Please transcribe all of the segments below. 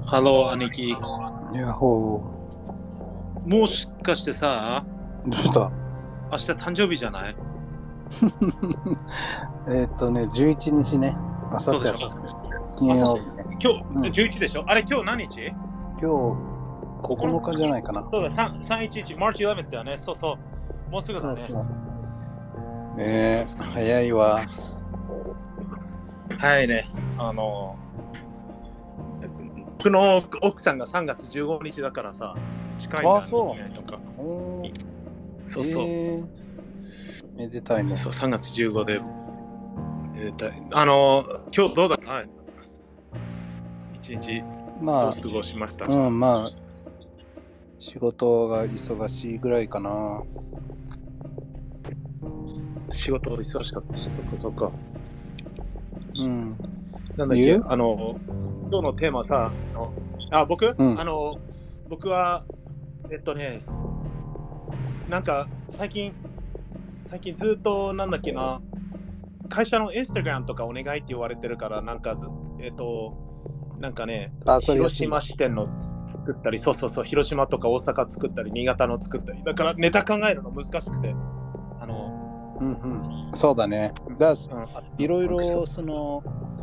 ハロー、兄貴。 ヤッホもしかしてさ、 ー。どうした明日誕生日じゃない？ 11日ね。あさってそうでしょ。 金曜日ね。 今日、 うん 11でしょ。あれ、今日何日？ 今日9日じゃないかな。 そうだ、311、March 11だよね。そうそう。もうすぐだね。 そう。早いわ。 はいね。僕の奥さんが3月15日だからさ、近いんだよね。 あ、そうねとかそう。 そう。 めでたいね。 そう、3月15で。今日どうだった？一日どう過ごしましたか？ まあ、仕事が忙しいぐらいかな。 仕事忙しかった。そっか。なんだっけ、今日のテーマさ、僕、僕は、なんか最近ずっとなんだっけな、会社のインスタグラムとかお願いって言われてるから、なんかね、広島支店の作ったり、そう、広島とか大阪作ったり、新潟の作ったり、だからネタ考えるの難しくて、 そうだね。いろいろその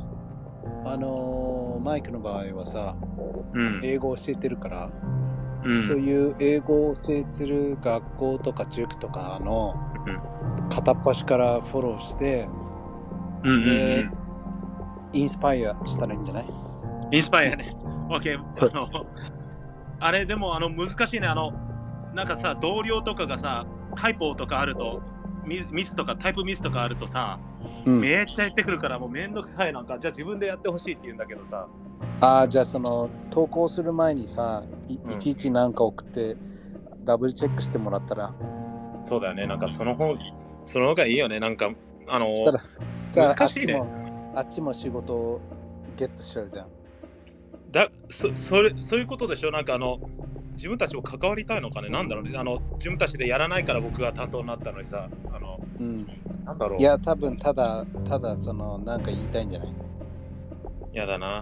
マイクの場合はさ、英語を教えてるから、そういう英語を教えてる学校とか塾とかの片っ端からフォローして、で、インスパイアしたらいいんじゃない？ インスパイアね。OK。あれでも難しいね。なんかさ、同僚とかがさ、タイプとかあると、ミスとかタイプミスとかあるとさ、めっちゃ言ってくるからもうめんどくさい。なんかじゃあ自分でやってほしいって言うんだけどさ。 じゃあその投稿する前にさ、いちいちなんか送ってダブルチェックしてもらったら。 そうだよね。なんかその方がいいよね。なんか難しいね。あっちも仕事をゲットしちゃうじゃん。 そういうことでしょ。なんか自分たちも関わりたいのかね。なんだろうね。自分たちでやらないから僕が担当になったのにさ、なんだろう。 いや、多分ただそのなんか言いたいんじゃない？ やだな。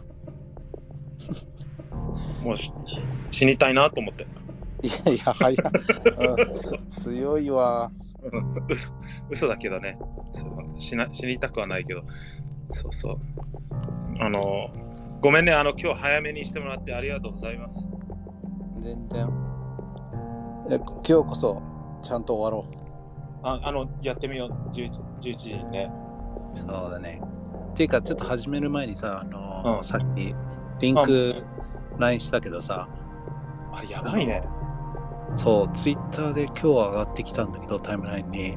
もう死にたいなと思って。 いや、強いわ。 嘘だけどね。死にたくはないけど。そう。ごめんね。今日早めにしてもらってありがとうございます。 全然。今日こそちゃんと終わろう。やってみよう。11時にね。 そうだね。っていうか、ちょっと始める前にさ、さっきリンク LINE したけどさ、 あれやばいね。 そう、ツイッターで今日上がってきたんだけど、タイムラインに、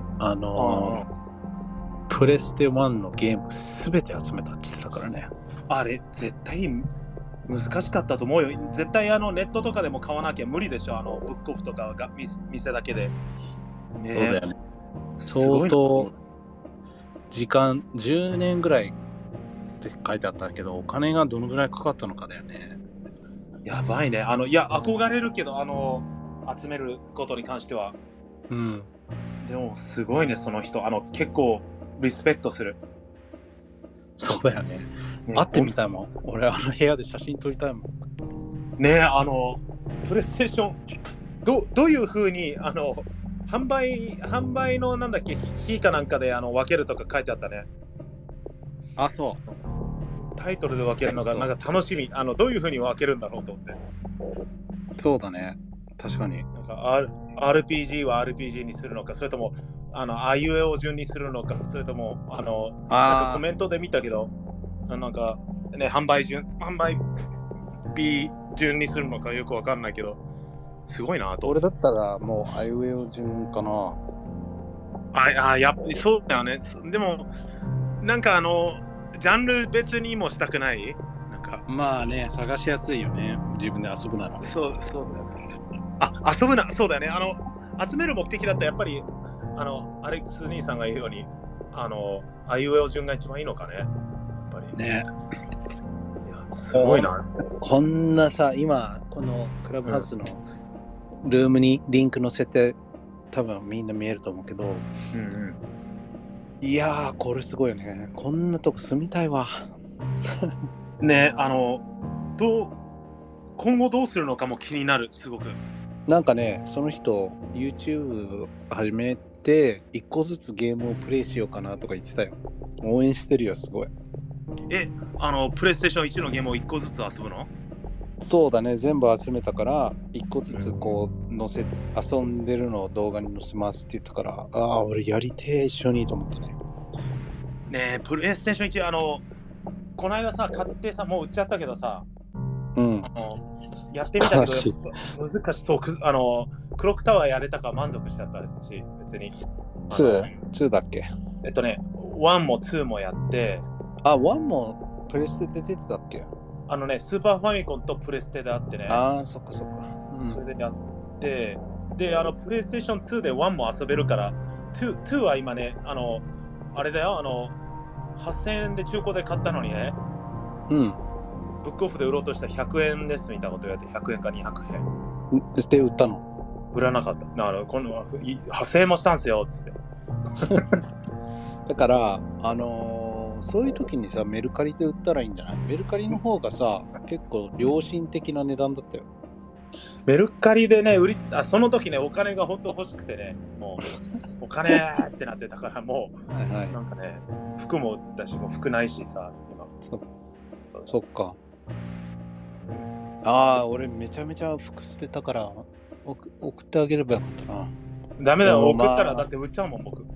プレステ1のゲームすべて集めたって言ってたからね。 あれ、絶対難しかったと思うよ。絶対ネットとかでも買わなきゃ無理でしょ。ブックオフとかが店だけで。 ね、そうだよね。相当時間10年ぐらいって書いてあったけど、お金がどのぐらいかかったのかだよね。 やばいね。いや、憧れるけど、集めることに関しては。でも、すごいね、その人。結構、リスペクトする。 そうだよね。会ってみたいもん。俺、部屋で写真撮りたいもん。 ねえ、プレイステーション、どういうふうに、販売のなんだっけ、日かなんかで分けるとか書いてあったね。 あ、そう。 タイトルで分けるのがなんか楽しみ。どういうふうに分けるんだろうと思って。 そうだね。確かに。 なんか、RPG は RPG にするのか、それとも、あいうえお順にするのか、それとも、なんかコメントで見たけど、なんか、ね、販売日順にするのかよくわかんないけど、すごいなと。 俺だったらもうあいうえお順かな。 そうだよね。でも、なんかジャンル別にもしたくない？なんかまあね、探しやすいよね。自分で遊ぶなら。 そうだよね。遊ぶな、そうだよね。集める目的だったらやっぱり、アレックス兄さんが言うように、あいうえお順が一番いいのかね。やっぱり。 ね。 いや、すごいな。 こんなさ、今、このクラブハウスのルームにリンク載せて、多分みんな見えると思うけど、いやー、これすごいよね。こんなとこ住みたいわ。 ね、 今後どうするのかも気になる、すごく。 なんかね、その人、YouTube 始めて、1個ずつゲームをプレイしようかなとか言ってたよ。応援してるよ、すごい。 プレイステーション1のゲームを1個ずつ遊ぶの？ そうだね、全部集めたから、1個ずつこう、遊んでるのを動画に載せますって言ったから、ああ、俺やりてえ、一緒にと思ってね。 ねえ、プレイステーション1、この間さ、買ってさ、もう売っちゃったけどさ、 うん。 やってみたけど、難しそう。クロックタワーやれたから満足しちゃったし、別に。 2だっけ 1も2もやって。 あ、1もプレステで出てたっけ？ スーパーファミコンとプレステであってね。 ああ、そっかそっか。 それでやって、で、プレイステーション2で1も遊べるから、2は今ね、あれだよ、8000円で中古で買ったのにね。 うん。 ブックオフで売ろうとしたら100円ですみたいなこと言われて、100円か200円。 で、売ったの？ 売らなかった。だから今度は8000円もしたんすよっつって。 だから、そういう時にさ、メルカリで売ったらいいんじゃない？メルカリの方がさ、結構良心的な値段だったよ。 メルカリでね、その時ね、お金が本当欲しくてね、もう、お金ってなってたから、もう、 はいはい、 なんかね、服も売ったし、もう服ないしさ、今。 そっか。ああ、俺めちゃめちゃ服捨てたから、送ってあげればよかったな。 ダメだよ、送ったらだって売っちゃうもん、僕。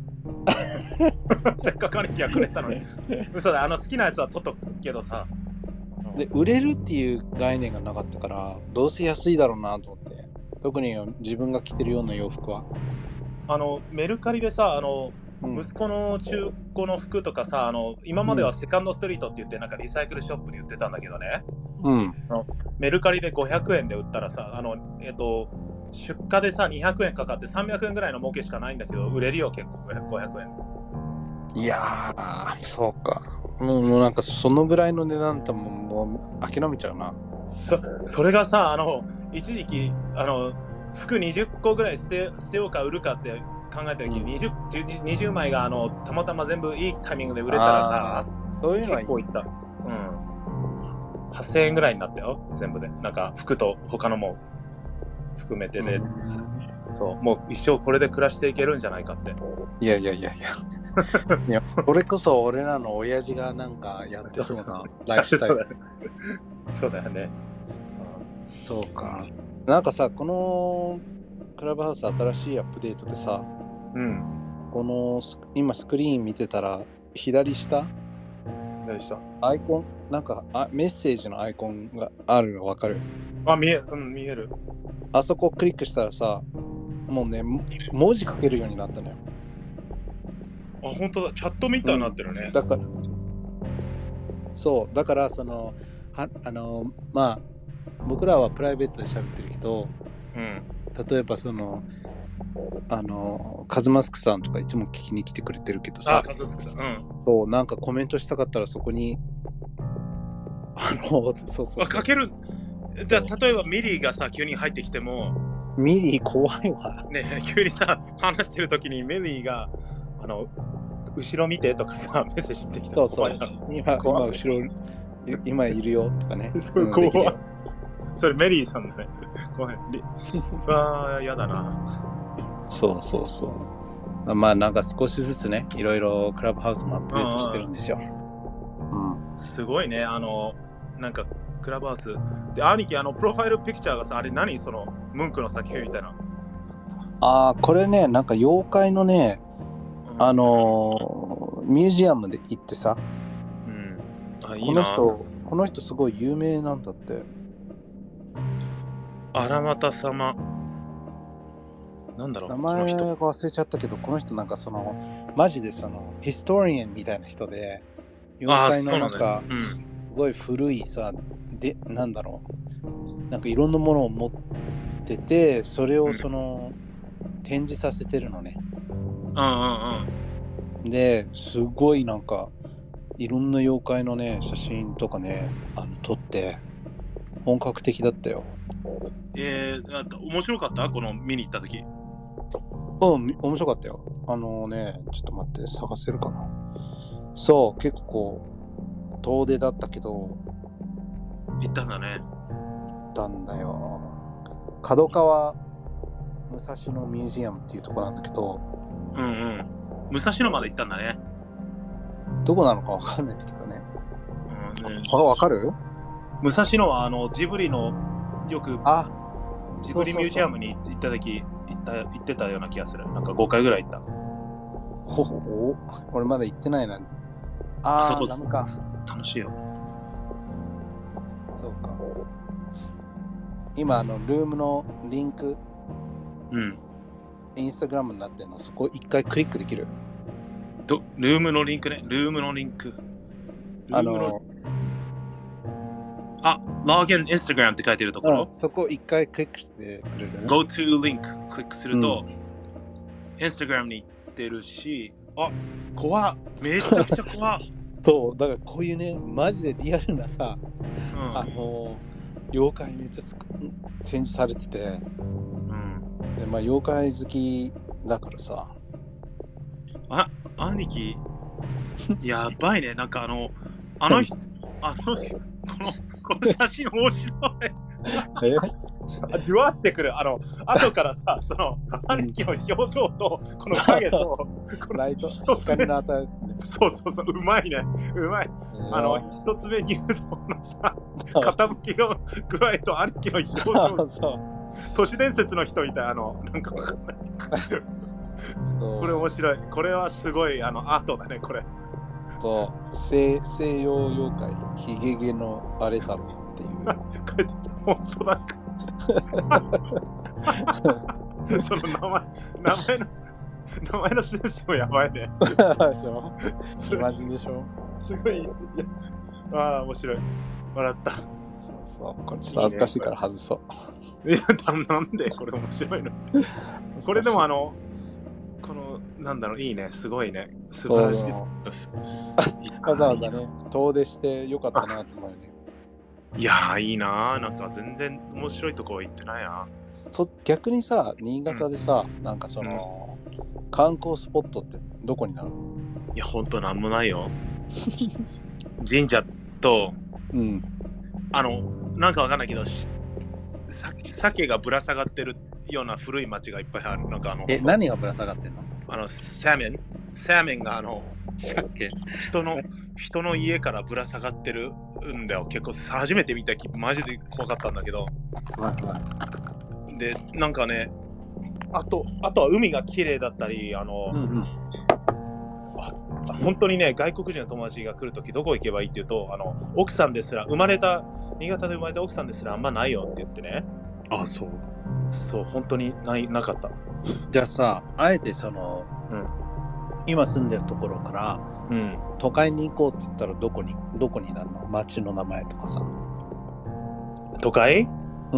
せっかく兄貴がくれたのに。嘘だ、好きなやつは取っとくけどさ。 で、売れるっていう概念がなかったから、どうせ安いだろうなと思って。特に自分が着てるような洋服は。 メルカリでさ、息子の中古の服とかさ、今まではセカンドストリートって言って、なんかリサイクルショップに売ってたんだけどね。メルカリで500円で売ったらさ、出荷でさ、200円かかって300円ぐらいの儲けしかないんだけど、売れるよ、結構500円。 いやー、そうか。もうなんかそのぐらいの値段だともう諦めちゃうな。 それがさ、一時期服20個ぐらい捨てようか売るかって考えた時に、20枚がたまたま全部いいタイミングで売れたらさ、 そういうのはいい。 結構いった。8000円ぐらいになったよ、全部で。なんか服と他のも含めてで、そう、もう一生これで暮らしていけるんじゃないかって。 いやいや、これこそ俺らの親父がなんかやってそうなライフスタイル。 そうだよね。 そうか。なんかさ、このクラブハウス新しいアップデートでさ、この今スクリーン見てたら左下アイコン、なんかメッセージのアイコンがあるの分かる？ 見える。 あそこをクリックしたらさ、もうね、文字書けるようになったのよ。 あ、本当だ、チャットみたいになってるね。 だからまあ僕らはプライベートで喋ってるけど、例えばカズマスクさんとかいつも聞きに来てくれてるけどさ、 カズマスクさん、 そう、なんかコメントしたかったらそこにそう書ける。じゃあ例えばミリーがさ、急に入ってきても、 ミリー怖いわね、急にさ話してる時にミリーが後ろ見てとかさ、メッセージしてきたらそう今後ろ今いるよとかね。 怖い。それメリーさんだね。ごめん。やだな。 そうまあなんか少しずつね、いろいろクラブハウスもアップデートしてるんですよ。 すごいね。なんかクラブハウスで、兄貴、プロファイルピクチャーがさ、あれ何、そのムンクの作品みたいな。 これね、なんか妖怪のね、ミュージアムで行ってさ、この人すごい有名なんだって。 荒俣様。なんだろう、 名前が忘れちゃったけど、この人なんかマジでヒストリアンみたいな人で、妖怪のなんか、すごい古いさ、なんだろう、なんかいろんなものを持ってて、それを展示させてるのね。ですごいなんかいろんな妖怪のね写真とかね撮って本格的だったよ。 面白かった？この見に行った時。 面白かったよ。ちょっと待って探せるかな。そう、結構遠出だったけど行ったんだね。 たんだよ。角川武蔵野ミュージアムっていうところなんだけど。 うんうん。武蔵野まで行ったんだね。 どこなのかわかんないんだけどね。 うんね、 わかる？ 武蔵野はジブリのよくジブリミュージアムに行ってたような気がする。なんか5回ぐらい行った。 俺まだ行ってないな。ダメか。 楽しいよ。 そうか。今ルームのリンク、インスタグラムになってるの、そこ一回クリックできる？ ルームのリンクね。ルームのリンク。ログインインスタグラムって書いてるところ、 そこ一回クリックしてくれる？ Go to link クリックすると、インスタグラムに行ってるし、怖っ、めちゃくちゃ怖っ。 そう、だからこういうね、マジでリアルなさ、妖怪めっちゃ展示されてて、で妖怪好きだからさ。 兄貴、やばいね、なんかこの写真面白い。じわってくる。後からさ、その兄貴の表情とこの影とこのライト光の当たり。 そう、うまいね。うまい。一つ目牛丼のさ、傾きの具合と兄貴の表情。都市伝説の人みたい。なんかわかんない。これ面白い。これはすごいアートだね、これ。 西洋妖怪ヒゲゲのあれだろっていう。 本当だ。その名前のセンスもやばいね。 でしょ？マジでしょ？ すごい。面白い。笑った。 そう。これちょっと恥ずかしいから外そう。 なんでこれ面白いの？これでもこのなんだろう、いいね、すごいね、素晴らしい。 わざわざね、遠出してよかったなと思うね。 いやー、いいなー。なんか全然面白いとこ行ってないな。 逆にさ、新潟でさ、なんかその、観光スポットってどこになるの？ いや、ほんとなんもないよ。神社と、なんかわかんないけど、鮭がぶら下がってるような古い町がいっぱいある。なんか何がぶら下がってんの？ サーメンが鮭、 人の家からぶら下がってるんだよ。結構初めて見たマジで怖かったんだけど。で、なんかね、あとは海が綺麗だったり、本当にね、外国人の友達が来るときどこ行けばいいって言うと、奥さんですら、新潟で生まれた奥さんですらあんまないよって言ってね。 そう、 本当になかった。 じゃあさ、あえてその、今住んでるところから、都会に行こうって言ったらどこになるの？町の名前とかさ。 都会？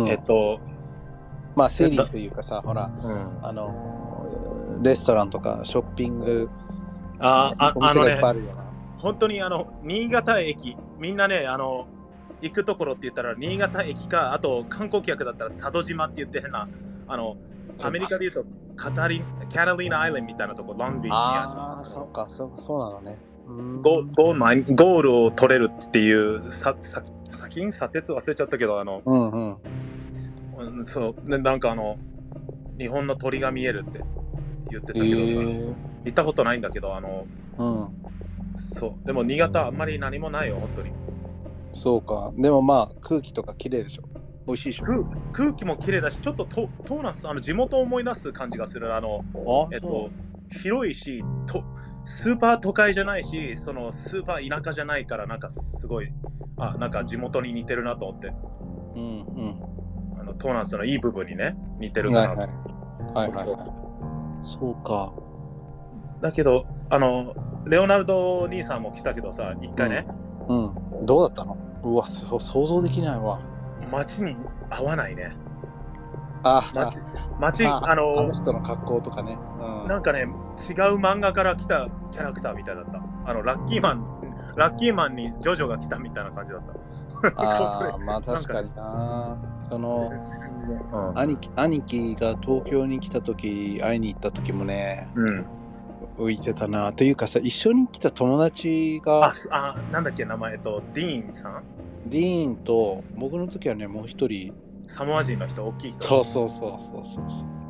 まあセリーというかさ、ほら、レストランとかショッピング、お店がいっぱいあるよな。 本当に新潟駅、みんなね、行くところって言ったら新潟駅か、あと観光客だったら佐渡島って言って変な、アメリカで言うとキャタリーナアイランドみたいなとこ、ロングビーチにある。 そうか、そうなのね。 ゴールを取れるっていう砂鉄忘れちゃったけど、そうで、なんか日本の鳥が見えるって言ってたけどさ、行ったことないんだけど、そうでも新潟あんまり何もないよ、本当に。 そうか。でもまあ空気とか綺麗でしょ。美味しいでしょ。 空気も綺麗だし、ちょっとトーナス地元を思い出す感じがする。広いし、スーパー都会じゃないし、そのスーパー田舎じゃないから、なんかすごいなんか地元に似てるなと思って。トーナスのいい部分にね似てるかなと。 そうか。 だけどレオナルド兄さんも来たけどさ、一回ね。 どうだったの？うわ、想像できないわ。 街に合わないね。 街あの人の格好とかね。 なんかね、違う漫画から来たキャラクターみたいだった。ラッキーマンにジョジョが来たみたいな感じだった。 まあ確かにな。その兄貴が東京に来た時、会いに行った時もね、浮いてたな。というかさ、一緒に来た友達がなんだっけ名前、ディーンさん？ ディーンと僕の時はね、もう一人サモア人の人、大きい人。 そうそうそう。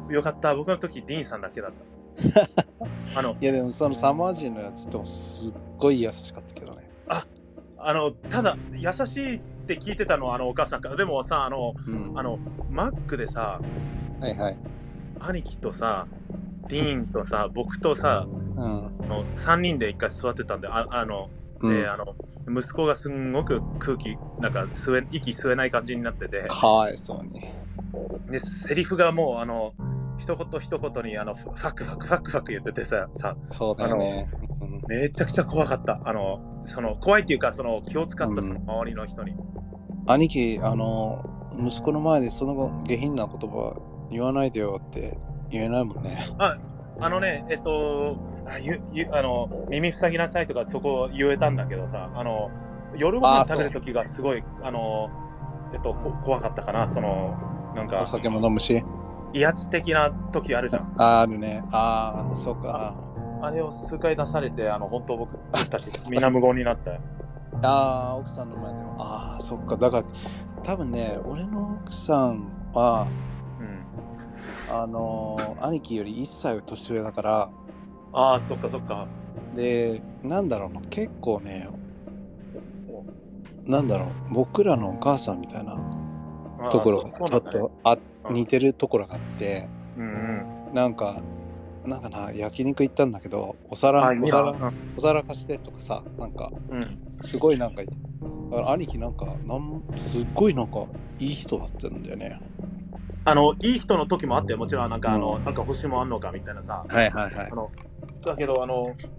よかった、僕の時ディーンさんだけだった。 いやでもそのサモア人のやつとすっごい優しかったけどね。 ただ優しいって聞いてたのはお母さんから。でもさマックでさ、 はいはい、 兄貴とさディーンとさ僕とさ、3人で一回座ってたんで、息子がすんごく空気なんか息吸えない感じになってて、 かわいそうに。 でセリフがもう一言一言にファクファクファクファク言っててさ、 そうだよね。 めちゃくちゃ怖かった。その怖いっていうか、その気を使ったその周りの人に。 兄貴、息子の前でその下品な言葉言わないでよって言えないもんね。耳塞ぎなさいとかそこ言えたんだけどさ、夜ご飯食べるときがすごい怖かったかな。そのなんかお酒も飲むし威圧的な時あるじゃん。あるね。そうか。 あれを数回出されて、本当僕たちみんな無言になったよ。 奥さんの前でも。そっか。だから多分ね、俺の奥さんは、兄貴より1歳年上だから。 そっかそっか。 で、なんだろうな、結構ね、なんだろう、僕らのお母さんみたいなところがちょっと似てるところがあって、なんかな、焼肉行ったんだけど、お皿貸してとかさ、なんか、すごいなんか、兄貴なんか、すっごいなんか、いい人だったんだよね。 いい人の時もあって、もちろんなんか、なんか星もあんのかみたいなさ。 はいはいはい。 だけど、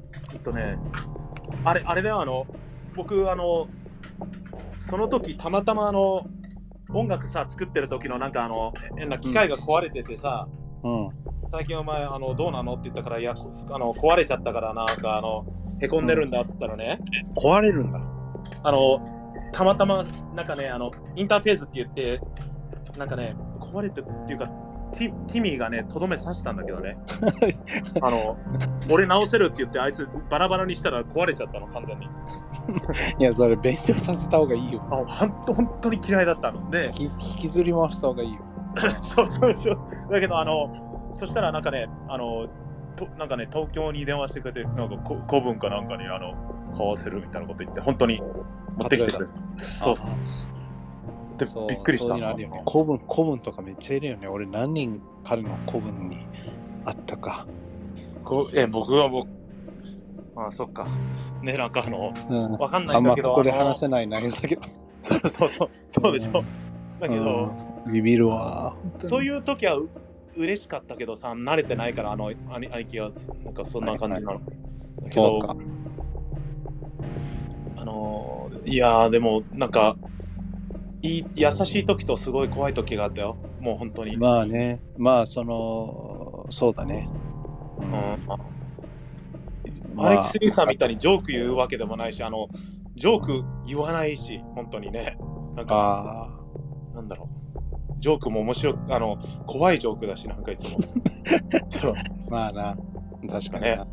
あれだよ、僕、その時、たまたま音楽さ、作ってる時のなんか変な機械が壊れててさ、最近お前どうなのって言ったから、いや壊れちゃったからなんかへこんでるんだっつったらね、 壊れるんだ。 たまたまなんかねインターフェーズって言ってなんかね壊れてっていうかティミーがねとどめ刺したんだけどね俺直せるって言ってあいつバラバラにしたら壊れちゃったの完全に。 いやそれ勉強させた方がいいよ。 本当に嫌いだったので引きずり回した方がいいよ。 そうだけどそしたらなんかねなんかね東京に電話してくれてなんか古文かなんかに買わせるみたいなこと言って本当に持ってきてくれる。そうでびっくりした。そういうのあるよね。 古文とかめっちゃいるよね。俺何人彼の古文にあったか。 僕はそっかね、なんかわかんないんだけど、 ここで話せない内容だけどそうでしょ。だけどビビるわ。 そういう時は嬉しかったけどさ、慣れてないから兄貴はなんかそんな感じなの。 そうか。 いやでもなんか優しい時とすごい怖い時があったよ。もう本当に。 まあね、そうだね。 アレキス・リーさんみたいにジョーク言うわけでもないし、ジョーク言わないし、本当にね。なんか、なんだろう。ジョークも面白い、怖いジョークだし、なんかいつも。 まあな、確かにな。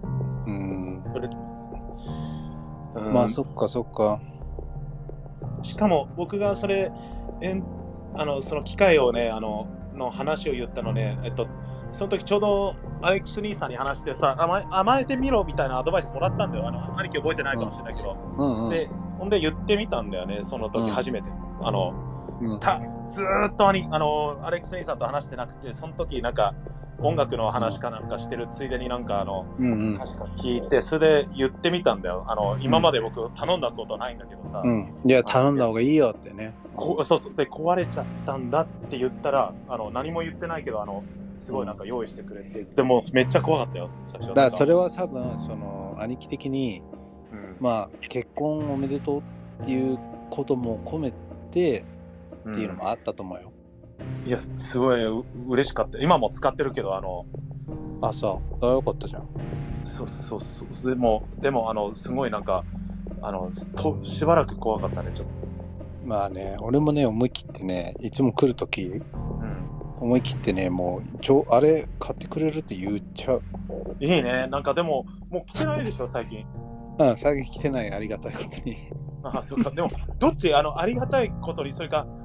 まあそっか。 しかも僕がそれ、その機械をね、の話を言ったのね、その時ちょうどアレックス兄さんに話してさ、甘えてみろみたいなアドバイスもらったんだよ。兄貴覚えてないかもしれないけど。で、ほんで言ってみたんだよね、その時初めて。ずーっとアレックス兄さんと話してなくて、その時なんか音楽の話かなんかしてるついでになんか確か聞いて、それで言ってみたんだよ。今まで僕頼んだことないんだけどさ。 いや、頼んだ方がいいよってね。 そうで壊れちゃったんだって言ったら、何も言ってないけど、すごいなんか用意してくれて、でもめっちゃ怖かったよ、最初。 だからそれは多分、兄貴的に、まあ、結婚おめでとうっていうことも込めてっていうのもあったと思うよ。 いや、すごい嬉しかった。今も使ってるけど、 そう。よかったじゃん。 そう。でも、すごいなんか、しばらく怖かったね、ちょっと。 まあね、俺もね、思い切ってね、いつも来るとき、思い切ってね、もう、あれ買ってくれるって言っちゃう。 いいね。なんかでも、もう来てないでしょ、最近。 最近来てない、ありがたいことに。 そうか。でも、どっち、ありがたいことに、それか、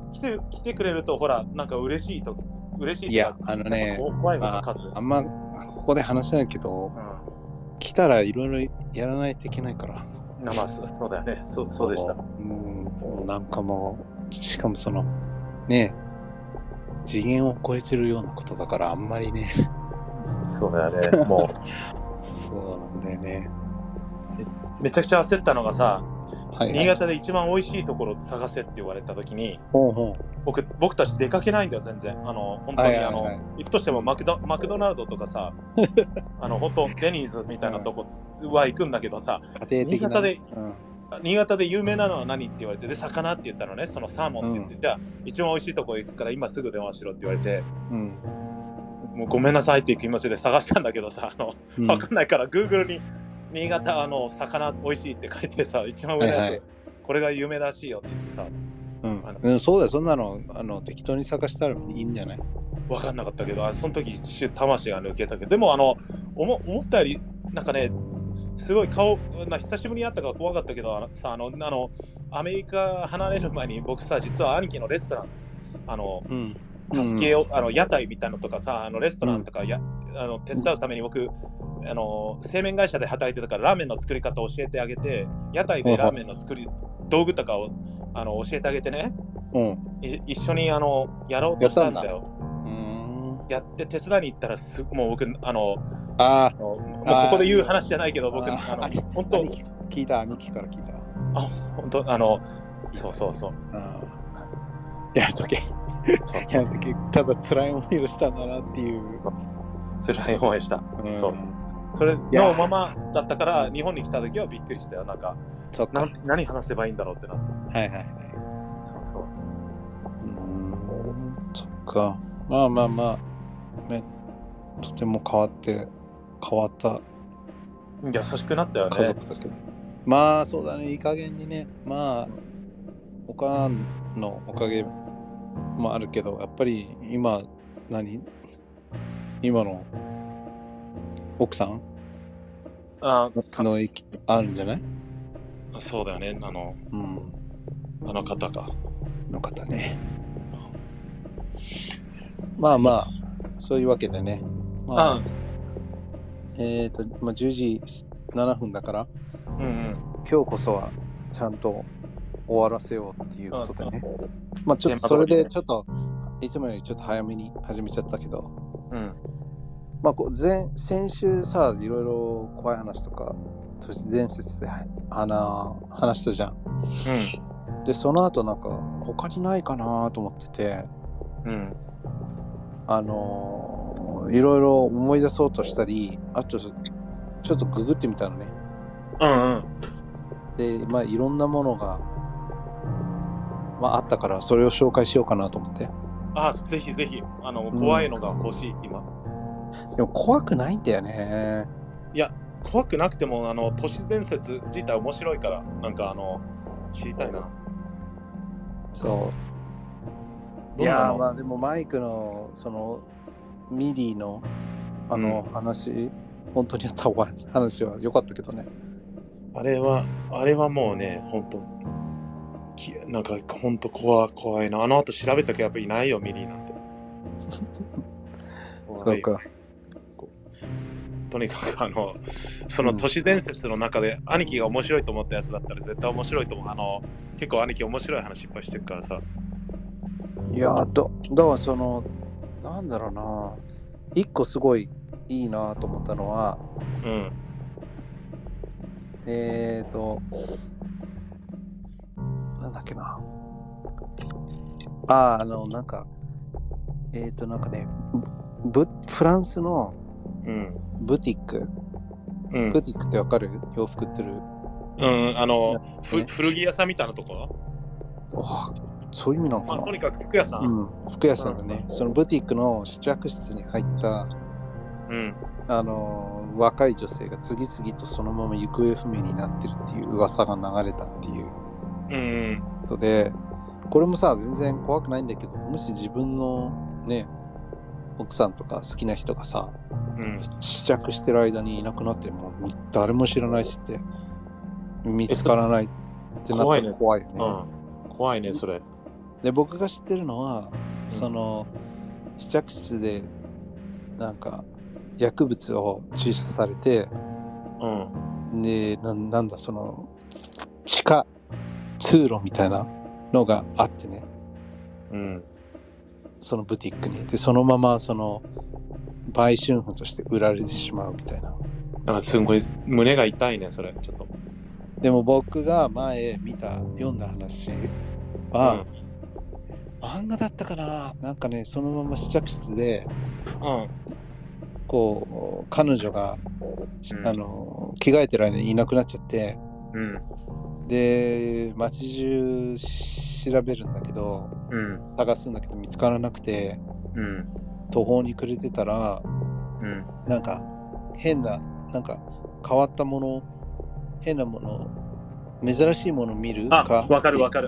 来てくれるとほらなんか嬉しいといや怖いもの数あんまここで話せないけど、来たらいろいろやらないといけないから。 まあそうだよね。そうでした。 なんかもうしかもそのね次元を超えてるようなことだからあんまりね。 そうだよね。もうそうなんだよね。 めちゃくちゃ焦ったのがさ、新潟で一番美味しいところを探せって言われたときに、僕たち出かけないんだよ全然。本当に行くとしてもマクドナルドとかさ、本当デニーズみたいなとこは行くんだけどさ、新潟で有名なのは何って言われて、で魚って言ったのね、そのサーモンって言って、じゃあ一番美味しいとこ行くから今すぐ電話しろって言われて、もうごめんなさいっていう気持ちで探したんだけどさ、分かんないから Google に新潟魚美味しいって書いてさ、一番上のやつ、これが有名らしいよって言ってさ、 そうだよ、そんなの適当に探したらいいんじゃない？ 分かんなかったけど、その時一瞬魂が抜けたけど、でも思ったよりなんかね、すごい久しぶりに会ったから怖かったけどさ、アメリカ離れる前に僕さ、実は兄貴のレストラン助けを屋台みたいなのとかさ、レストランとか手伝うために僕製麺会社で働いてたからラーメンの作り方を教えてあげて、屋台でラーメンの道具とかを教えてあげてね、一緒にやろうとしたんだよ。やって手伝いに行ったらもう僕もうここで言う話じゃないけど、僕本当聞いた、兄貴から聞いた。 本当そうやめとけただ辛い思いをしたんだなっていう。 辛い思いした。そうそれのままだったから日本に来た時はびっくりしたよ。なんか何話せばいいんだろうってなって。そうそっか。まあね、とても変わった優しくなったよね。 家族だけど、まあそうだね、いい加減にね、まあお母のおかげもあるけど、やっぱり今の奥さんの息あるんじゃない？ そうだよね。あの方か。 の方ね。まあそういうわけでね。10時7分だから、今日こそはちゃんと終わらせようっていうことでね。まあちょっとそれでちょっといつもよりちょっと早めに始めちゃったけど、まあ先週さ、いろいろ怖い話とか都市伝説で話したじゃん。でその後なんか他にないかなと思ってて、いろいろ思い出そうとしたり、あとちょっとググってみたのね。でまあいろんなものが、あったからそれを紹介しようかなと思って。 ぜひぜひ怖いのが欲しい、今。 でも怖くないんだよね。 いや怖くなくても都市伝説自体面白いからなんか知りたいな。 そういやまあでもマイクのそのミリーの話、本当にあった話は良かったけどね。 あれはもうね、本当なんか本当怖いな。後調べたけどやっぱいないよ、ミリーなんて。 そうか。 とにかくその都市伝説の中で兄貴が面白いと思ったやつだったら絶対面白いと思う。結構兄貴面白い話いっぱいしてるからさ。 いやだからそのなんだろうな、一個すごいいいなと思ったのは、なんだっけな、なんかなんかね、フランスのブティック、ブティックってわかる？洋服売ってる。 古着屋さんみたいなところ？ そういう意味なのかな。 とにかく服屋さん。 服屋さんだね。そのブティックの試着室に入った、若い女性が次々とそのまま行方不明になってるっていう噂が流れたっていうことで、これもさ全然怖くないんだけど、もし自分のね奥さんとか好きな人がさ、試着してる間にいなくなっても誰も知らないしって見つからないってなったら怖いよね。 怖いねそれ。 で、僕が知ってるのは、その試着室でなんか薬物を注射されて、で、なんだその地下通路みたいなのがあってね、そのブティックに。で、そのままその売春婦として売られてしまうみたいな。 なんかすごい胸が痛いね、それ、ちょっと。 でも僕が前読んだ話は、漫画だったかな、なんかね、そのまま試着室で、こう彼女が、着替えてる間にいなくなっちゃって、で街中調べるんだけど、探すんだけど見つからなくて、途方に暮れてたら、なんか変な、なんか変わったもの、変なもの、珍しいもの見るか。 わかる。わかる。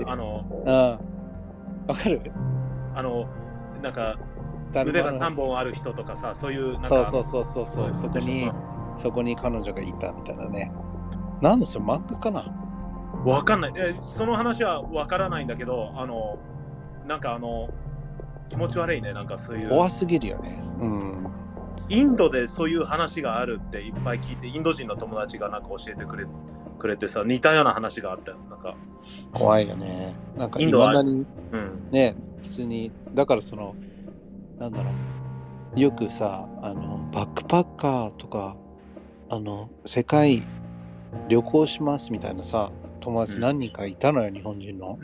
なんか腕が3本ある人とかさ、そういうなんか。 そう、そこに彼女がいたみたいなね。なんだそれ、漫画かな。 わかんない。その話はわからないんだけど、なんか気持ち悪いね、なんかそういう。 怖すぎるよね。 インドでそういう話があるっていっぱい聞いて、インド人の友達がなんか教えてくれてさ、似たような話があったよ。なんか怖いよね。なんかインドはね、普通に、だからその、なんだろう、よくさ、バックパッカーとか、世界旅行しますみたいなさ、友達何人かいたのよ、日本人の。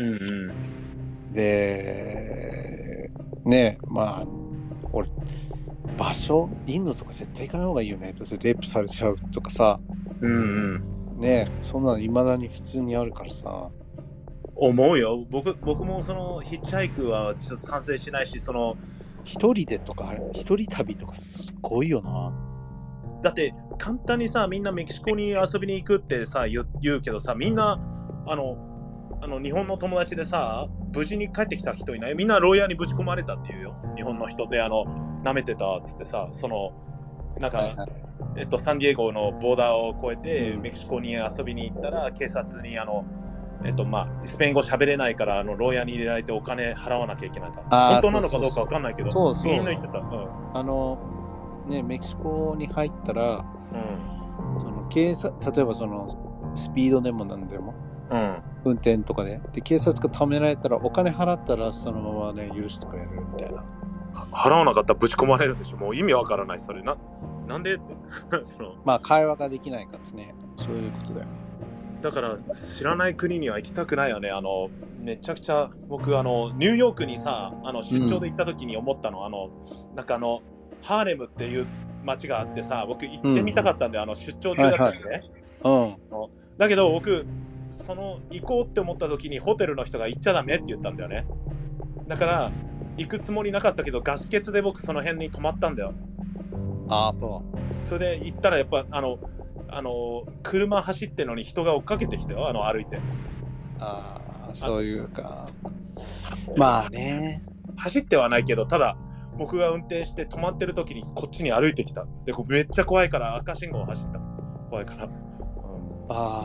で、ね、まあ、俺、場所、インドとか絶対行かない方がいいよね。だってレイプされちゃうとかさ、ね、そんなの未だに普通にあるからさ。 思うよ。僕もそのヒッチハイクはちょっと賛成しないし、その一人でとか一人旅とかすごいよな。 だって簡単にさ、みんなメキシコに遊びに行くってさ言うけどさ、みんな日本の友達でさ、無事に帰ってきた人いない？みんな牢屋にぶち込まれたっていうよ。日本の人で舐めてたっつってさ、そのなんか、サンディエゴのボーダーを越えてメキシコに遊びに行ったら、警察にスペイン語喋れないから牢屋に入れられてお金払わなきゃいけないから。本当なのかどうかわかんないけど、みんな言ってた。 ね、メキシコに入ったら、その例えばそのスピードでも何でも、運転とかで警察が止められたら、お金払ったらそのままね許してくれるみたいな。 払わなかったらぶち込まれるんでしょ。もう意味わからない。それなんでってまあ会話ができないからですね。そういうことだよね。 だから知らない国には行きたくないよね。めちゃくちゃ僕ニューヨークにさ出張で行った時に思ったの、なんかハーレムっていう街があってさ、僕行ってみたかったんで、出張中だったしね。だけど僕行こうって思った時にホテルの人が行っちゃダメって言ったんだよね。だから行くつもりなかったけど、ガス欠で僕その辺に泊まったんだよ。それで行ったらやっぱ車走ってのに人が追っかけてきたよ、歩いて。 そういうか。まあね。 走ってはないけど、ただ僕が運転して止まってる時にこっちに歩いてきた。で、めっちゃ怖いから赤信号を走った。怖いから。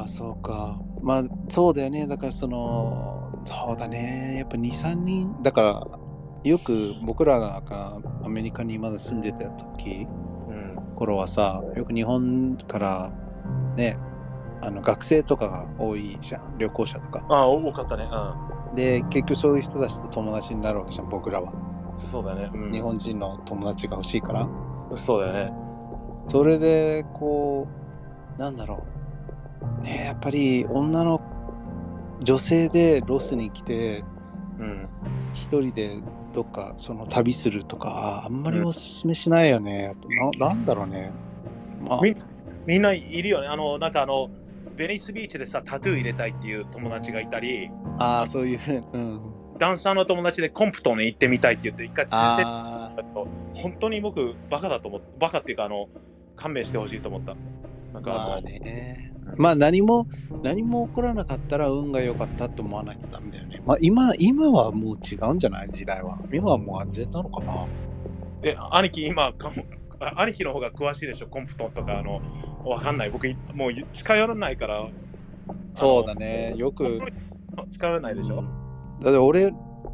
そうか。まあそうだよね。だからそうだね。やっぱ 2,3 人だから、よく僕らがアメリカにまだ住んでた時、頃はさ、よく日本からね、学生とかが多いじゃん、旅行者とか。 多かったね。 で、結局そういう人たちと友達になるわけじゃん、僕らは。 そうだね。 日本人の友達が欲しいから。 そうだよね。 それでこう、なんだろうね、やっぱり女性でロスに来て、一人でどっか旅するとかあんまりおすすめしないよね。なんだろうね。 みんないるよね。なんかベニスビーチでさ、タトゥー入れたいっていう友達がいたり、 そういう、 ダンサーの友達でコンプトンに行ってみたいって言って一回連れてったけど、本当に僕バカだと思って、バカっていうか勘弁してほしいと思った。なんかまあ何も起こらなかったら運が良かったと思わないとダメだよね。まあ今はもう違うんじゃない？時代は。今はもう安全なのかな。 兄貴兄貴の方が詳しいでしょ、コンプトンとかわかんない。僕もう近寄らないから。 そうだね。よく近寄らないでしょ。 だって俺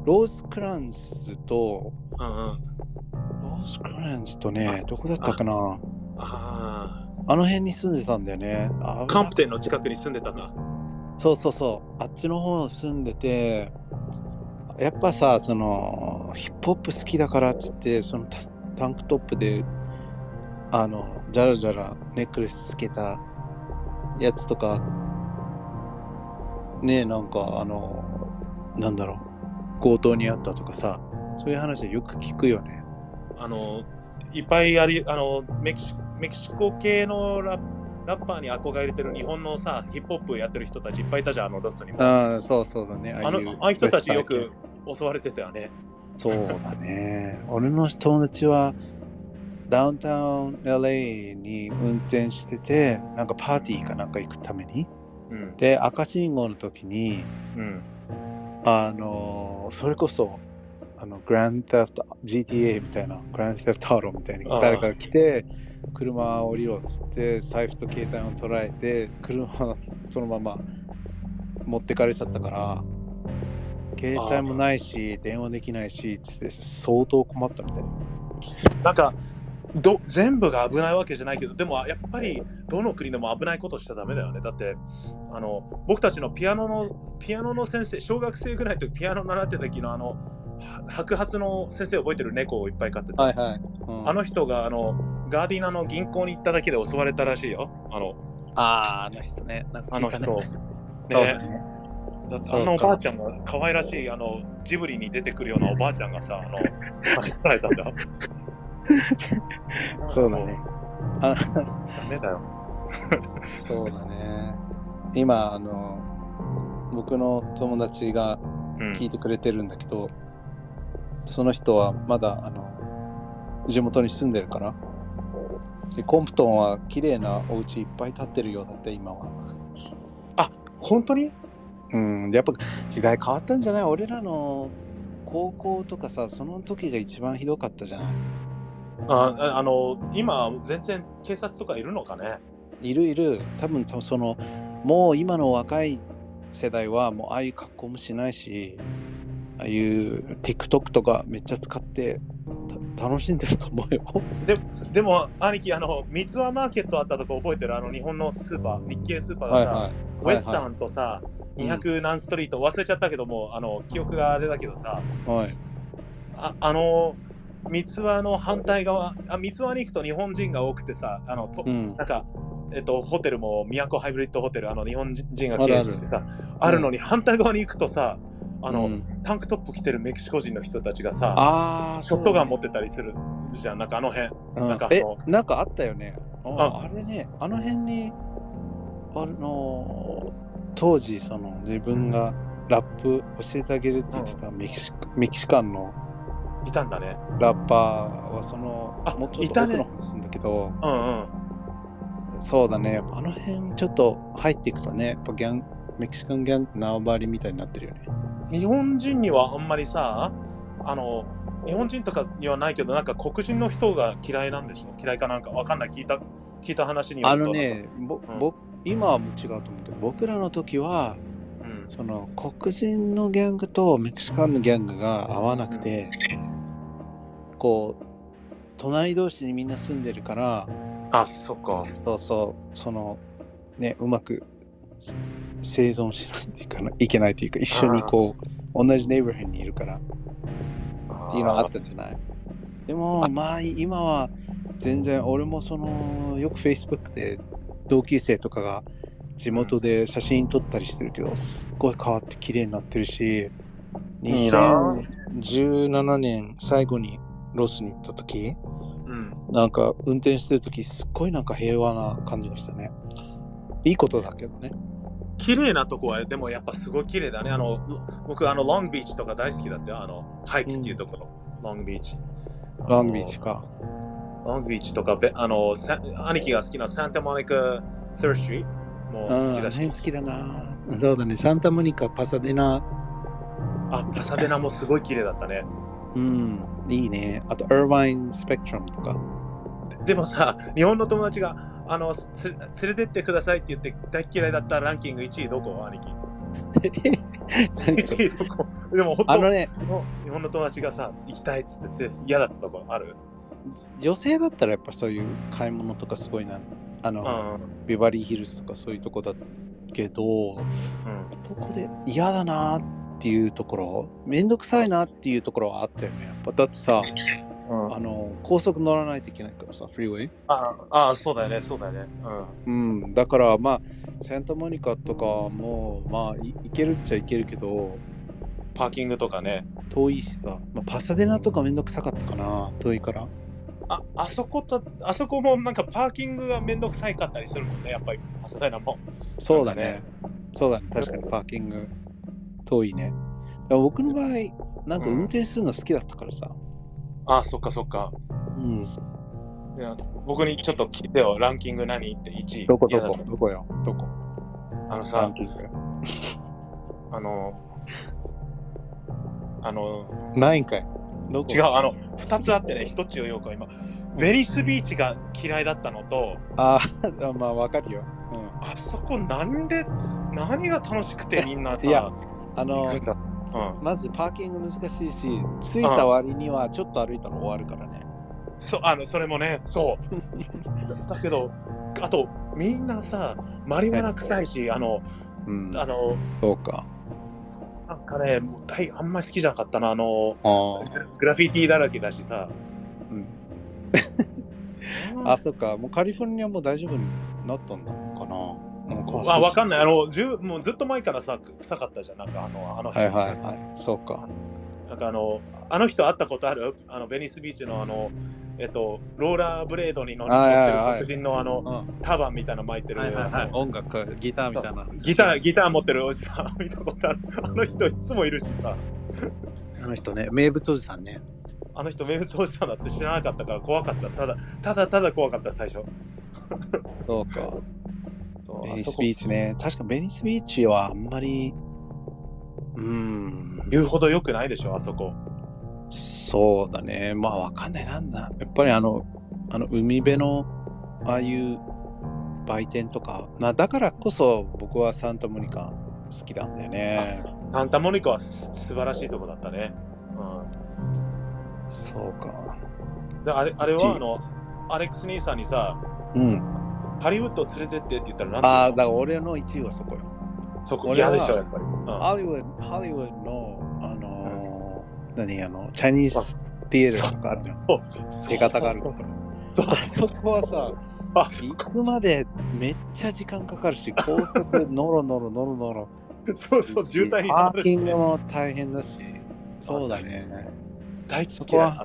ローズクランスと、 うんうん。 ローズクランスとね、どこだったかな。 あの辺に住んでたんだよね。 カンプテンの近くに住んでたんだ。 そうそうそう。あっちの方住んでて、やっぱさ、そのヒップホップ好きだからっつって、そのタンクトップで、じゃらじゃらネックレスつけたやつとか、ね、なんかなんだろう、強盗にあったとかさ、そういう話よく聞くよね。 いっぱいメキシコ系のラッパーに憧れてる日本のさ、ヒップホップやってる人たちいっぱいいたじゃん、ロスにも。 そうそうだね。 ああいう人たちよく襲われてたよね。 そうだね。俺の友達はダウンタウン LA に運転してて、なんかパーティーかなんか行くために、で赤信号の時に、それこそグランドセフト GTA みたいな、グランドセフトアローみたいに誰かが来て、車降りろっつって財布と携帯を捉えて、車そのまま持ってかれちゃったから、携帯もないし電話できないしつって相当困ったみたい。 なんか全部が危ないわけじゃないけど、でもやっぱりどの国でも危ないことしちゃダメだよね。だって僕たちのピアノの先生、小学生ぐらいの時ピアノ習ってた時の白髪の先生覚えてる？猫をいっぱい飼ってた。 はいはい。 あの人がガーディナの銀行に行っただけで襲われたらしいよ。 あの人ね。なんか聞いたね。 ね。あのおばあちゃんが可愛らしいジブリに出てくるようなおばあちゃんがさ、捕らえたんだ。 そうだね。 ダメだよ。 そうだね。今僕の友達が聞いてくれてるんだけど、その人はまだ地元に住んでるから。でコンプトンは綺麗なお家いっぱい建ってるようだって今は。 あ、本当に？ やっぱ時代変わったんじゃない？俺らの高校とかさ、その時が一番ひどかったじゃない？ 今全然警察とかいるのかね？ いる。多分もう今の若い世代はもうああいう格好もしないし、ああいう TikTok とかめっちゃ使って楽しんでると思うよ。 でも兄貴、三ツ輪マーケットあったとこ覚えてる？日本のスーパー、日系スーパーがさ、ウェスタンとさ、200何ストリート忘れちゃったけども、記憶があれだけどさ、三ツ輪の反対側、三ツ輪に行くと日本人が多くてさ、なんか、ホテルも都ハイブリッドホテル、日本人が経営してさ、あるのに反対側に行くとさ、タンクトップ着てるメキシコ人の人たちがさ、ショットガン持ってたりするじゃん、なんか辺。 なんかあったよね。あれね、あの辺に、当時自分がラップ教えてあげるって言ってたメキシカンのいたんだね。 ラッパーはもうちょっと奥の方に住んだけど、そうだね。あの辺ちょっと入っていくとね、やっぱメキシカンギャング縄張りみたいになってるよね。 日本人にはあんまりさ、日本人とかにはないけど、なんか黒人の人が嫌いなんでしょ？嫌いかなんかわかんない。聞いた話によると。 今はもう違うと思うけど、僕らの時は、その黒人のギャングとメキシカンのギャングが合わなくて、こう隣同士にみんな住んでるから、 そっか。 うまく生存しないというかいけないというか、一緒に同じネイバーヘッドにいるからっていうのがあったんじゃない？でも今は全然、俺もよく Facebook で同級生とかが地元で写真撮ったりしてるけど、すっごい変わって綺麗になってるし、2017年最後にロスに行った時、なんか運転してる時すっごいなんか平和な感じがしたね。いいことだけどね。 綺麗なとこはでもやっぱすごい綺麗だね。僕ロングビーチとか大好きだって、ハイクっていうところ、ロングビーチ。 ロングビーチか。 ロングビーチとか、兄貴が好きなサンタモニカ・サーストリートも好きだし。 好きだな。そうだね、サンタモニカ、パサデナ。 パサデナもすごい綺麗だったね。 いいね。あと、アーバイン・スペクトラムとか。 でもさ、日本の友達が連れてってくださいって言って大嫌いだったランキング1位どこ？兄貴。 何それ。 でもあのね、 日本の友達がさ、行きたいっつって嫌だったとこある？ 女性だったらやっぱそういう買い物とかすごいな、ビバリーヒルズとかそういうとこだけど、男で嫌だなっていうところ、めんどくさいなっていうところはあったよね。やっぱだってさ、高速乗らないといけないからさ、フリーウェイ。 そうだよね、そうだよね。 だからまあ、サンタモニカとかも、まあ、行けるっちゃ行けるけど、 パーキングとかね。 遠いしさ、パサデナとかめんどくさかったかな、遠いから。 あそこもなんかパーキングがめんどくさかったりするもんね、やっぱりパサデナも。 そうだね。そうだね、確かにパーキング遠いね。僕の場合、なんか運転するの好きだったからさ。 そっかそっか。いや僕にちょっと聞いてよ、ランキング何って1位。 どこよ。 さ、 ランキング。ないんかい。どこ？ 違う、2つあってね、1つよ、よく今。ベニスビーチが嫌いだったのと、 まあわかるよ。 あそこ何が楽しくてみんなさ、 いや、まずパーキング難しいし、着いた割にはちょっと歩いたら終わるからね。 それもね、そうだけど、あとみんなさ、マリワナ臭いし、 そうか。 なんかね、あんまり好きじゃなかったな、グラフィティだらけだしさ。 そっか、もうカリフォルニアも大丈夫になったんだかな。 わかんない。もうずっと前からさ、臭かったじゃん、なんかはい、そうか。 なんかあの人会ったことある？ベニスビーチのローラーブレードに乗ってる黒人のターバンみたいなの巻いてる、 音楽、ギターみたいな。 ギター持ってるおじさん見たことある。あの人いつもいるしさ。 あの人ね、名物おじさんね。 あの人名物おじさんだって知らなかったから怖かった。ただ怖かった、最初。 そうか。ベニスビーチね。確かベニスビーチはあんまり言うほど良くないでしょ、あそこ。 そうだね。まあわかんない。なんだ。やっぱり海辺のああいう売店とか、だからこそ僕はサンタモニカ好きなんだよね。 サンタモニカは素晴らしいとこだったね。 そうか。 であれはアレックス兄さんにさ、ハリウッド連れてってって言ったら何て言うの？ だから俺の1位はそこよ。 そこ嫌でしょ、やっぱり。 ハリウッドのチャイニーズティエターとかあるじゃん。手形があるから。そこはさ、行くまでめっちゃ時間かかるし、高速ノロノロ。 そう渋滞にパーキングも大変だし、そうだね。 大嫌い。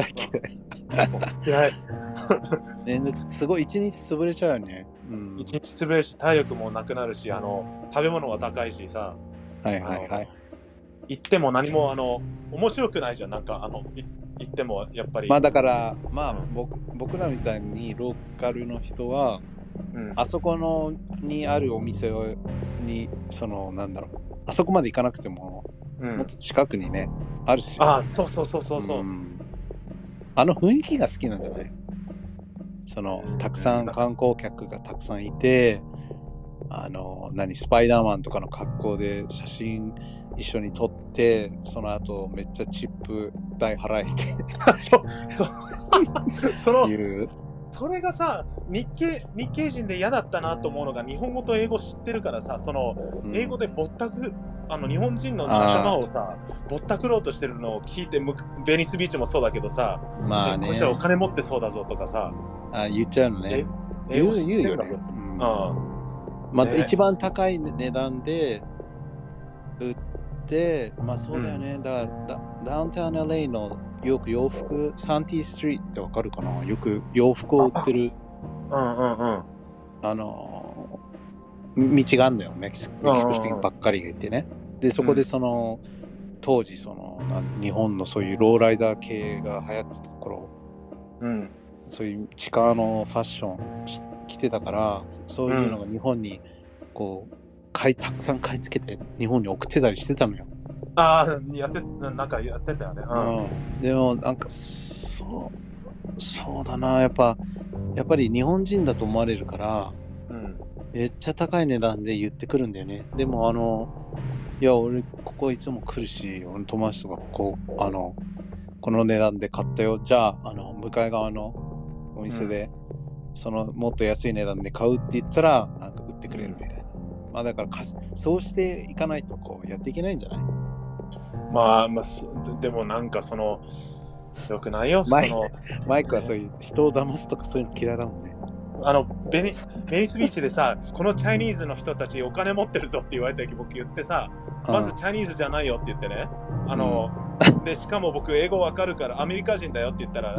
嫌い。 すごい一日潰れちゃうよね。 一日潰れるし、体力もなくなるし、食べ物が高いしさ。行っても何も面白くないじゃん。なんか行ってもやっぱり。 だから僕らみたいにローカルの人は、あそこにあるお店にあそこまで行かなくても、もっと近くにねあるし。 そう。 雰囲気が好きなんじゃない？たくさん観光客がたくさんいて、スパイダーマンとかの格好で写真一緒に撮って、その後めっちゃチップ代払えてそれがさ、日系人で嫌だったなと思うのが、日本語と英語知ってるからさ、英語でぼったく日本人の仲間をさ、ぼったくろうとしてるのを聞いて、ベニスビーチもそうだけどさ、こっちはお金持ってそうだぞとかさ、 言っちゃうのね。言うよね。一番高い値段で売って、そうだよね。だからダウンタウン LA のよく洋服、サンティストリートってわかるかな？よく洋服を売ってる道があるんだよ。メキシコ人ばっかりがいてね。で、そこで当時日本のそういうローライダー系が流行ってた頃、そういう地下のファッション着てたから、そういうのが日本にこうたくさん買い付けて日本に送ってたりしてたのよ。 なんかやってたよね。 でもなんかそうだな、やっぱり日本人だと思われるから、めっちゃ高い値段で言ってくるんだよね。でもいや、俺、ここいつも来るし、俺の友達とかこの値段で買ったよ。じゃあ、向かい側のお店で、そのもっと安い値段で買うって言ったら、なんか売ってくれるみたいな。まあだからそうしていかないとこうやっていけないんじゃない？ まあ、でもなんかよくないよ。 マイクはそういう人を騙すとかそういうの嫌いだもんね。 ベニスビーチでさ、このチャイニーズの人たちお金持ってるぞって言われた時僕言ってさ、まずチャイニーズじゃないよって言ってね。で、しかも僕英語わかるからアメリカ人だよって言ったら、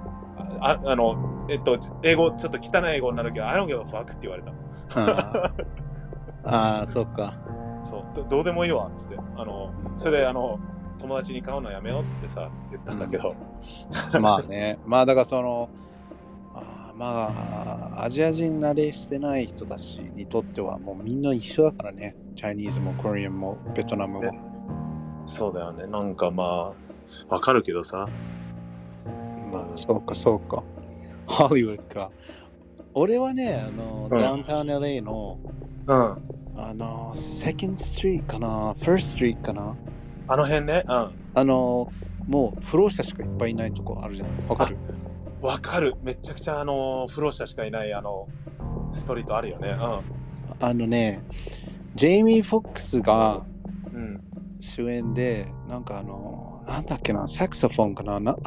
英語、ちょっと汚い英語になるけど、I don't give a fuck って言われた。 ああ、そうか。 そうどうでもいいわっつって。それで友達に買うのやめようっつってさ、言ったんだけど。 まあね、まあだからまあアジア人慣れしてない人たちにとってはもうみんな一緒だからね。チャイニーズもコリアンもベトナムも。 そうだよね。なんかまあ、わかるけどさ。 まあ、そうか。ホリウッドか。俺はね、ダウンタウン LA の、セカンドストリートかな、ファーストストリートかな。 あの辺ね。 もう不老者しかいっぱいいないとこあるじゃん。わかる？ わかる。めちゃくちゃ不老者しかいないストリートあるよね。 ジェイミー・フォックスが主演で、なんかなんだっけな、サクソフォンかな、も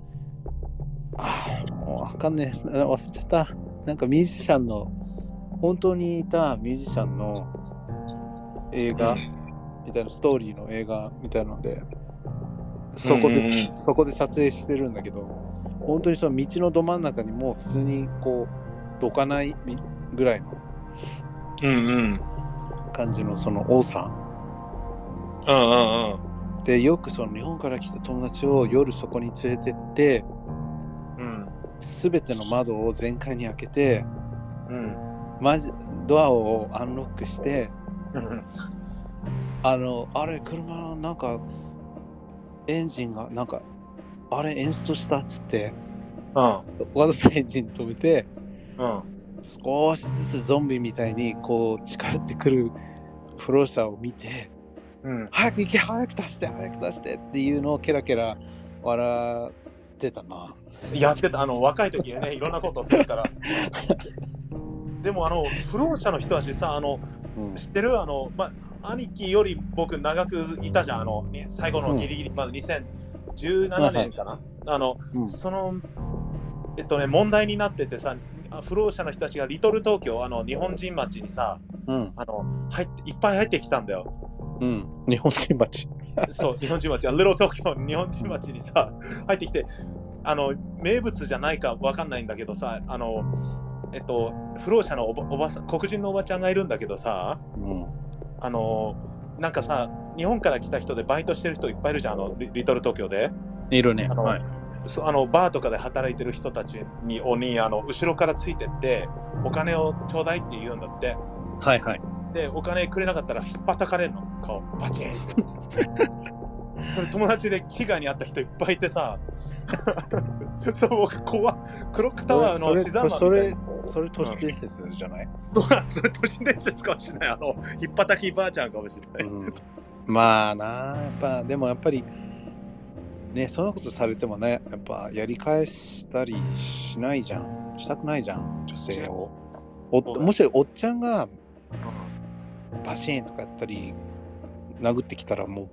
うわかんねえ、忘れちゃった。なんかミュージシャンの、本当にいたミュージシャンの映画みたいな、ストーリーの映画みたいなので、そこで撮影してるんだけど、本当にその道のど真ん中にもう普通にこうどかないぐらいの感じのその多さ。でよくその日本から来た友達を夜そこに連れてって、すべての窓を全開に開けて、ドアをアンロックして、あれ車のなんかエンジンがなんかあれエンストしたっつって、わざとエンジン止めて、少しずつゾンビみたいにこう近寄ってくる不老者を見て、早く行け、早く出してっていうのをケラケラ笑ってたな。 やってた。若い時ね、いろんなことをするから。でも不老者の人たちさ、知ってる？兄貴より僕長くいたじゃん。最後のギリギリまで2017年かな。問題になっててさ、不老者の人たちがリトル東京、日本人町にさ、いっぱい入ってきたんだよ。 日本人町。 そう、日本人町、リトル東京、日本人町にさ、入ってきて、名物じゃないかわかんないんだけどさ、不老者のおばさん、黒人のおばちゃんがいるんだけどさ、なんかさ、日本から来た人でバイトしてる人いっぱいいるじゃん、リトル東京で。 いるね。 バーとかで働いてる人たちに後ろからついてってお金をちょうだいって言うんだって。で、お金くれなかったら引っ叩かれるの、顔バチンそれ友達で被害に遭った人いっぱいいてさ僕クロックタワーのシザンマンみたいな。 それ都市伝説じゃない？ それ都市伝説かもしれない。引っ叩きばあちゃんかもしれない。 まあな、でもやっぱりね、そんなことされてもね、やっぱやり返したりしたくないじゃん、女性を。もしおっちゃんがバシーンとかやったり殴ってきたらも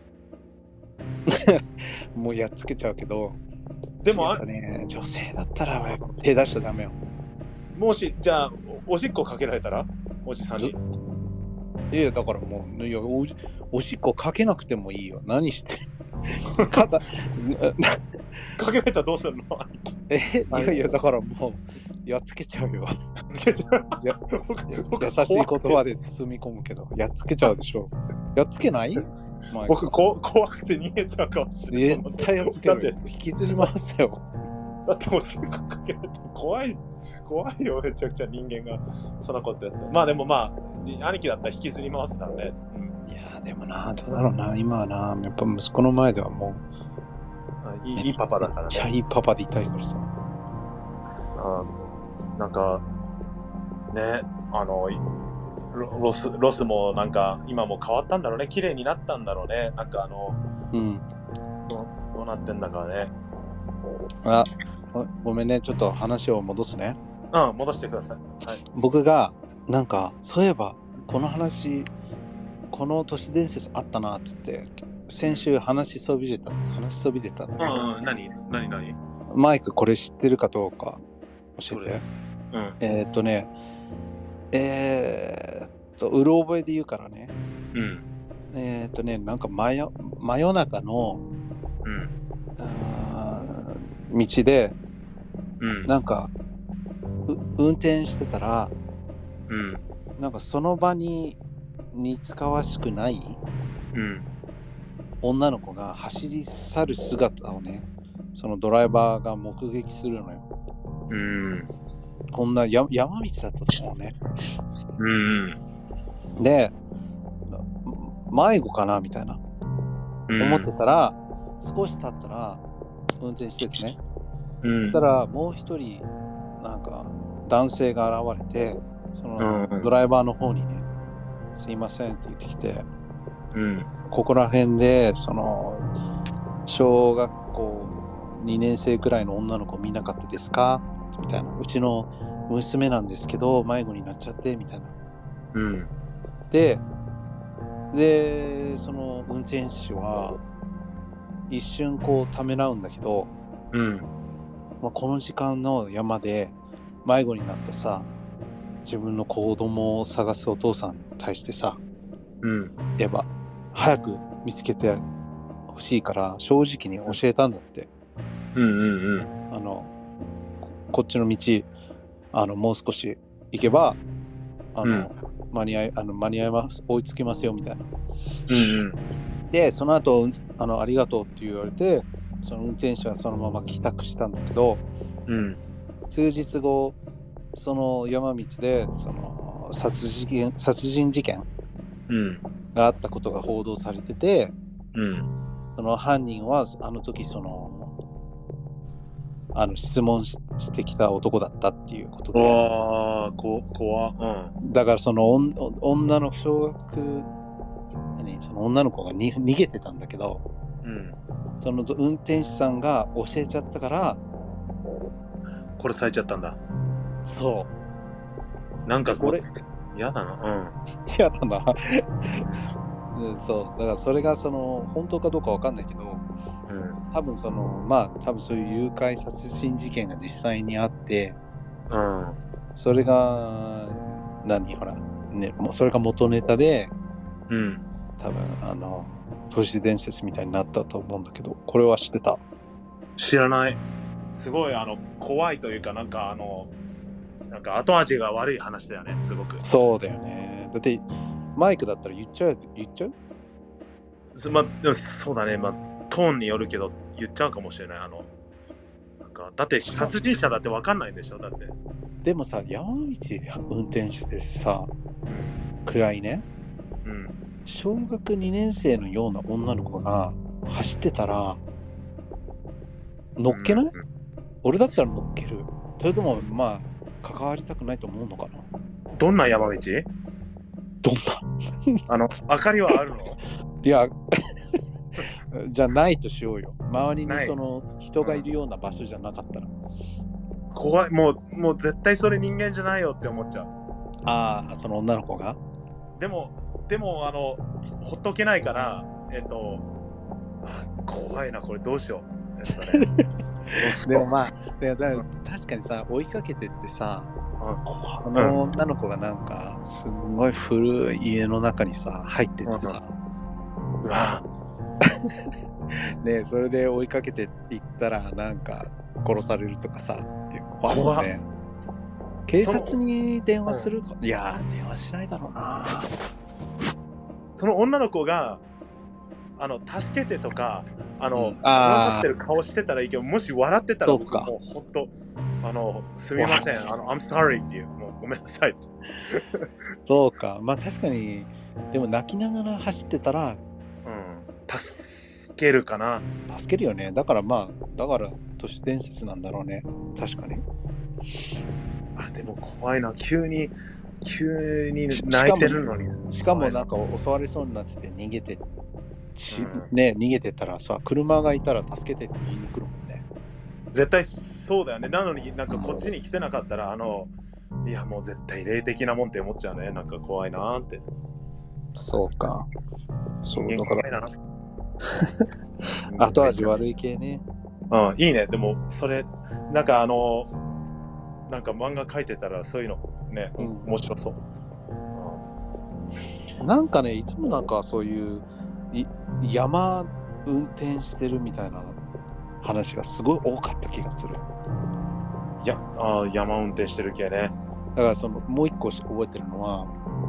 うやっつけちゃうけど、でもね、女性だったら手出しちゃダメよ。 もしじゃあおしっこかけられたらおじさんに。 いやだからもうおしっこかけなくてもいいよ。何してかけられたらどうするの？ いやだからもうやっつけちゃうよ。優しい言葉で包み込むけどやっつけちゃうでしょ。やっつけない？ 僕怖くて逃げちゃうかもしれない。 絶対やっつける。引きずり回すよ。 だってもうすぐかけられて怖いよ、めちゃくちゃ人間がそんなことやって。まあでも兄貴だったら引きずり回すだろうね。 いやでもな、どうだろうな、今はな、やっぱ息子の前ではもういいパパだからね。 めっちゃいいパパでいたいからさ。 なんかね、 ロスもなんか今も変わったんだろうね。綺麗になったんだろうね。なんかどうなってんだかね。 ごめんね、ちょっと話を戻すね。 戻してください。はい、 僕がなんかそういえばこの話、この都市伝説あったなって言って先週話しそびれたんだけど、 何マイクこれ知ってるかどうか教えて。うろ覚えで言うからね。なんか真夜中の、道で、なんか運転してたら、なんかその場に似つかわしくない、女の子が走り去る姿をね、そのドライバーが目撃するのよ。こんな山道だったと思うね。で、迷子かなみたいな、思ってたら、少し経ったら運転しててね。そしたらもう一人なんか男性が現れて、そのドライバーの方にね、すいませんって言ってきて、ここら辺でその小学校2年生くらいの女の子見なかったですかみたいな。うちの娘なんですけど迷子になっちゃってみたいな。でその運転手は一瞬こうためらうんだけど、この時間の山で迷子になったさ、自分の子供を探すお父さんに対してさ、やっぱ早く見つけてほしいから正直に教えたんだって。こっちの道もう少し行けば間に合います、追いつきますよみたいな。でその後ありがとうって言われて、その運転手はそのまま帰宅したんだけど、数日後その山道でその殺人事件があったことが報道されてて、その犯人はあの時その質問してきた男だったっていうことで、だからその女のその女の子が逃げてたんだけど、その運転手さんが教えちゃったから殺されちゃったんだ。 そう。 なんかこれ嫌だな。 嫌だな。そう。だからそれがその本当かどうかわかんないけど、多分その多分そういう誘拐殺人事件が実際にあって、それがほらね、それが元ネタで、多分都市伝説みたいになったと思うんだけど、これは知ってた？ 知らない。すごい怖いというか、なんか後味が悪い話だよね、すごく。 そうだよね。だってマイクだったら言っちゃう？ そうだね。トーンによるけど言っちゃうかもしれない。なんかだって殺人者だって分かんないんでしょ。だって。 でもさ、山道で運転手でさ、暗いね。小学2年生のような女の子が走ってたら乗っけない？俺だったら乗っける。それとも関わりたくないと思うのかな。 どんな山道？ どんな明かりはあるの？ いやじゃないとしようよ。周りにその人がいるような場所じゃなかったら。 怖い。もう絶対それ人間じゃないよって思っちゃう。 その女の子が。 でもほっとけないから怖いな、これどうしよう。でも確かにさ、追いかけてってさ、この女の子がなんかすごい古い家の中にさ入ってってさ、 うわね、それで追いかけていったらなんか殺されるとかさ、怖いね。警察に電話するか？いや電話しないだろうな。 その女の子が助けてとか笑ってる顔してたらいいけど、もし笑ってたら僕もう本当すみません、I'm sorry っていう、もうごめんなさいって。 そうか。確かに。でも泣きながら走ってたら、 助けるかな。 助けるよね。だから都市伝説なんだろうね。確かに。 でも怖いな。急に急に泣いてるのに。 しかもなんか襲われそうになってて逃げて、ね、逃げてたらさ、車がいたら助けてって言いに来るもんね。 絶対そうだよね。なのになんかこっちに来てなかったら、いやもう絶対霊的なもんって思っちゃうね。なんか怖いなーって。 そうか。そうだから。 後味悪い系ね。 うん、いいね。でもそれなんかなんか漫画描いてたらそういうのね、面白そう。 なんかね、いつもなんかそういう山運転してるみたいな話がすごい多かった気がする。 山運転してる系ね。 だからそのもう一個覚えてるのは、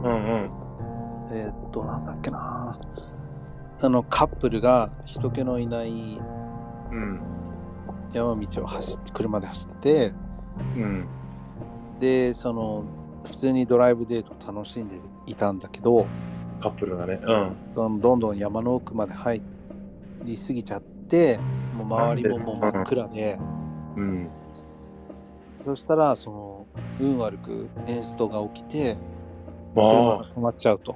なんだっけな、カップルが人気のいない山道を車で走ってて、でその普通にドライブデート楽しんでいたんだけど、 カップルがね、 どんどん山の奥まで入りすぎちゃって、もう周りももう真っ暗で、そしたらその運悪くエンストが起きて車が止まっちゃうと。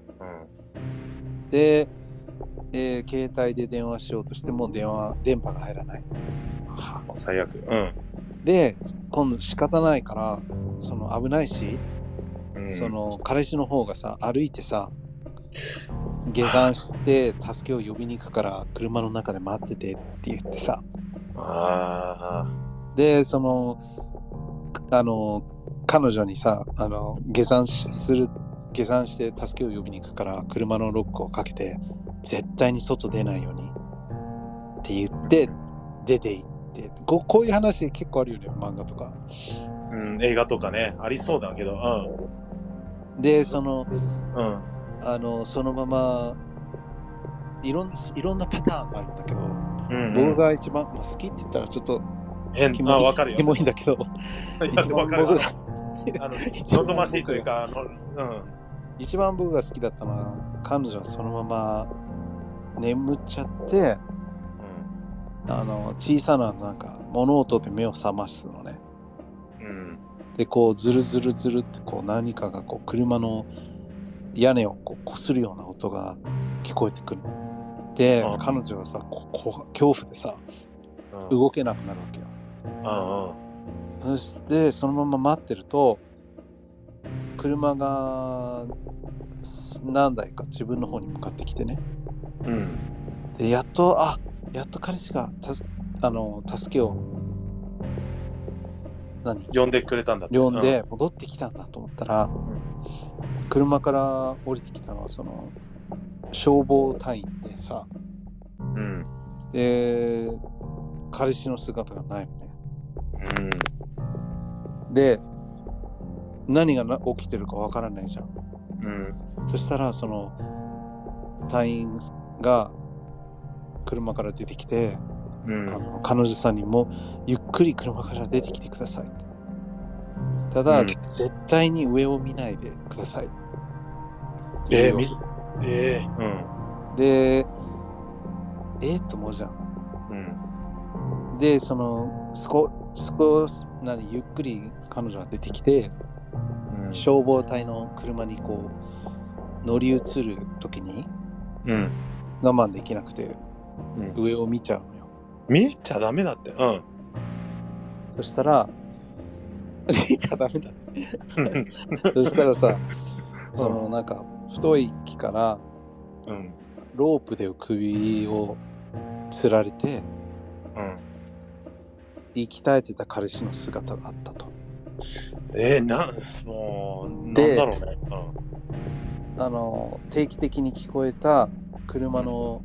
で、携帯で電話しようとしても電波が入らない。 最悪。 で今度仕方ないからその危ないし、その彼氏の方がさ歩いてさ下山して助けを呼びに行くから車の中で待っててって言ってさ、でその彼女にさ下山して助けを呼びに行くから車のロックをかけて絶対に外出ないようにって言って出て行ってこういう話結構あるよね、漫画とか、 映画とかねありそうだけど、 でそのそのままいろんなパターンがあるんだけど、僕が一番、好きって言ったらちょっとキモいんだけど一番僕が望ましいというか一番僕が好きだったのは彼女はそのまま眠っちゃって、小さななんか物音で目を覚ますのね、でこうズルズルズルってこう何かがこう車の屋根をこう擦るような音が聞こえてくる。で彼女はさ恐怖でさ動けなくなるわけよ。そしてそのまま待ってると車が何台か自分の方に向かってきてね、でやっと彼氏が助けを呼んでくれたんだ、 呼んで戻ってきたんだと思ったら、車から降りてきたのはその消防隊員でさ、で彼氏の姿がないのね、で何が起きてるかわからないじゃん、そしたらその隊員が車から出てきて、彼女さんにもゆっくり車から出てきてください、ただ、絶対に上を見ないでください。でと思うじゃん、でそのゆっくり彼女が出てきて、消防隊の車にこう乗り移る時に、我慢できなくて、上を見ちゃうのよ。 見ちゃダメだって。 そしたら見ちゃダメだってそしたらさ、そのなんか太い木から、ロープで首を吊られて、息絶えてた彼氏の姿があったと。 なんだろうね。 定期的に聞こえた車の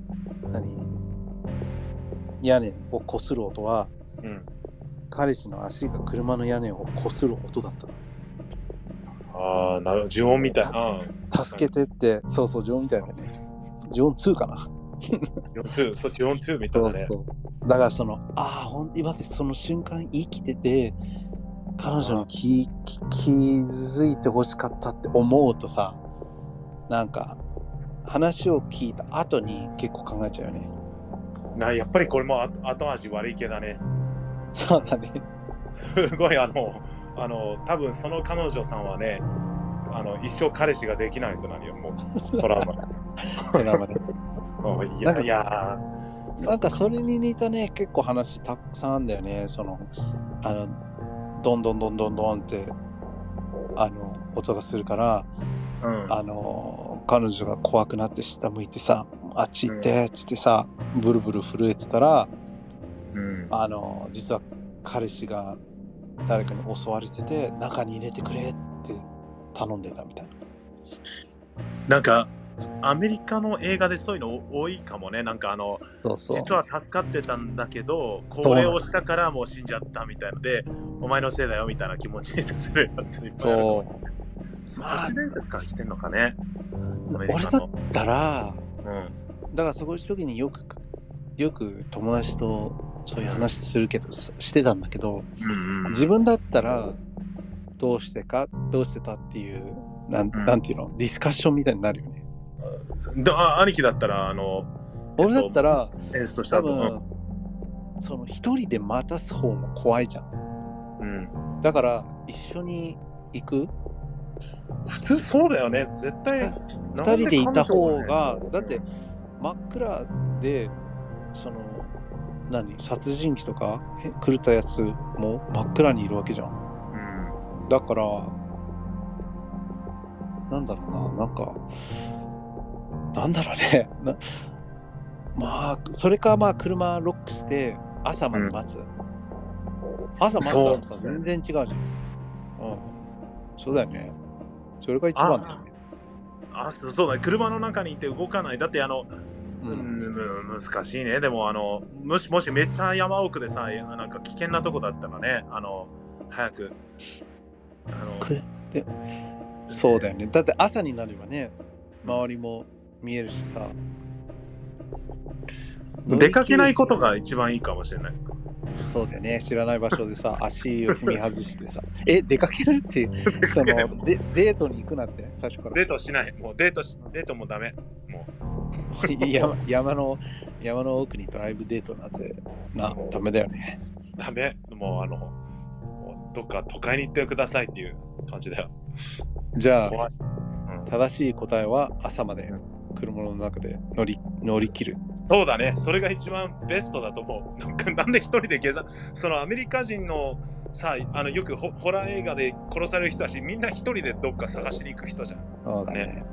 屋根を擦る音は、彼氏の足が車の屋根を擦る音だったの。 なるほど、呪音みたいな。 助けてって、そう呪音みたいだね。呪音2かな。 呪音2みたいなね。 だからその今でその瞬間生きてて彼女に気づいてほしかったって思うとさ、なんか話を聞いた後に結構考えちゃうよね。 やっぱりこれも後味悪い系だね。 そうだね。 すごい多分その彼女さんはね、 一生彼氏ができないくなるよ、もうトラウマ。 トラウマで。 いやなんかそれに似たね、結構話たくさんあるんだよね。どんどんどんどんどんって音がするから、彼女が怖くなって下向いてさ、あっち行ってっつってさ、ブルブル震えてたら、実は彼氏が誰かに襲われてて、中に入れてくれって頼んでたみたいな。 なんかアメリカの映画でそういうの多いかもね。なんかそう実は助かってたんだけど、これをしたからもう死んじゃったみたいなので、お前のせいだよみたいな気持ちにさせるやついっぱいあると思う。まあ、伝説から来てんのかね。 俺だったら、だからそういう時によく友達とそういう話するけど、してたんだけど、自分だったらどうしてたっていうなんていうの、ディスカッションみたいになるよね。 兄貴だったら俺だったら演出した後、 その一人で待たす方も怖いじゃん。だから一緒に行く。 普通そうだよね。絶対 2人でいた方が、だって真っ暗で殺人鬼とか狂ったやつも真っ暗にいるわけじゃん。だからなんだろうね。まあそれか車ロックして朝まで待つ。朝待ったらさ、全然違うじゃん。そうだよね。それが一番だよね。 そうだね。車の中にいて動かない。だって難しいね。でももしめっちゃ山奥でさ、なんか危険なとこだったらね、早くそうだよね。だって朝になればね、周りも見えるしさ。 出かけないことが一番いいかもしれない。 そうだよね。知らない場所でさ、足を踏み外してさ、出かけるってデートに行くなって、最初から。 デートしない。もうデートもダメ。もう山の奥にドライブデートなんてダメだよね。 ダメ。もうどっか都会に行ってくださいっていう感じだよ。 じゃあ、正しい答えは朝まで車の中で乗り切る。 そうだね。それが一番ベストだと思う。なんで一人でアメリカ人のさ、よくホラー映画で殺される人たち、みんな一人でどっか探しに行く人じゃん。 そうだね。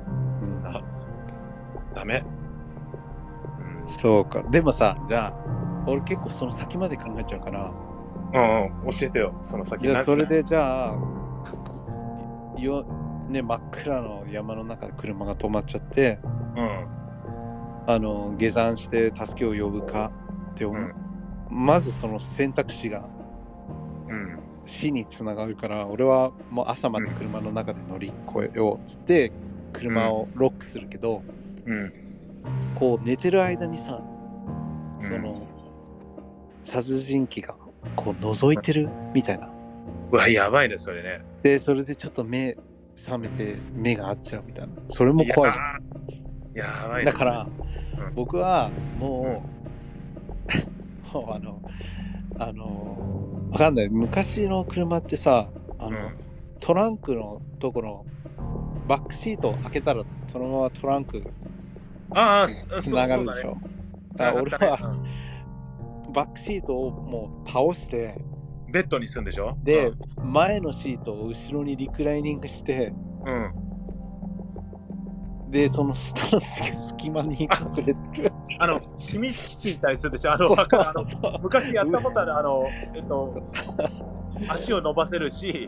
ダメ。 そうか。でもさ、じゃあ、俺結構その先まで考えちゃうから。 教えてよ、その先。 それでじゃあ、真っ暗の山の中で車が止まっちゃって、下山して助けを呼ぶかって思う。まずその選択肢が死につながるから、俺はもう朝まで車の中で乗り越えようっつって車をロックするけど、こう寝てる間にさ、その殺人鬼がこう覗いてるみたいな。 うわ、やばいね、それね。 で、それでちょっと目覚めて目が合っちゃうみたいな。それも怖いじゃん。 やばいね。 だから、僕はもう、わかんない。昔の車ってさ、トランクのところ、バックシートを開けたら、そのままトランクつながるでしょ。だから俺は、バックシートをもう倒して、 ベッドにするんでしょ。 で、前のシートを後ろにリクライニングして、で、その下の隙間に隠れてる。 秘密基地に対するでしょ。昔やったことある、足を伸ばせるし、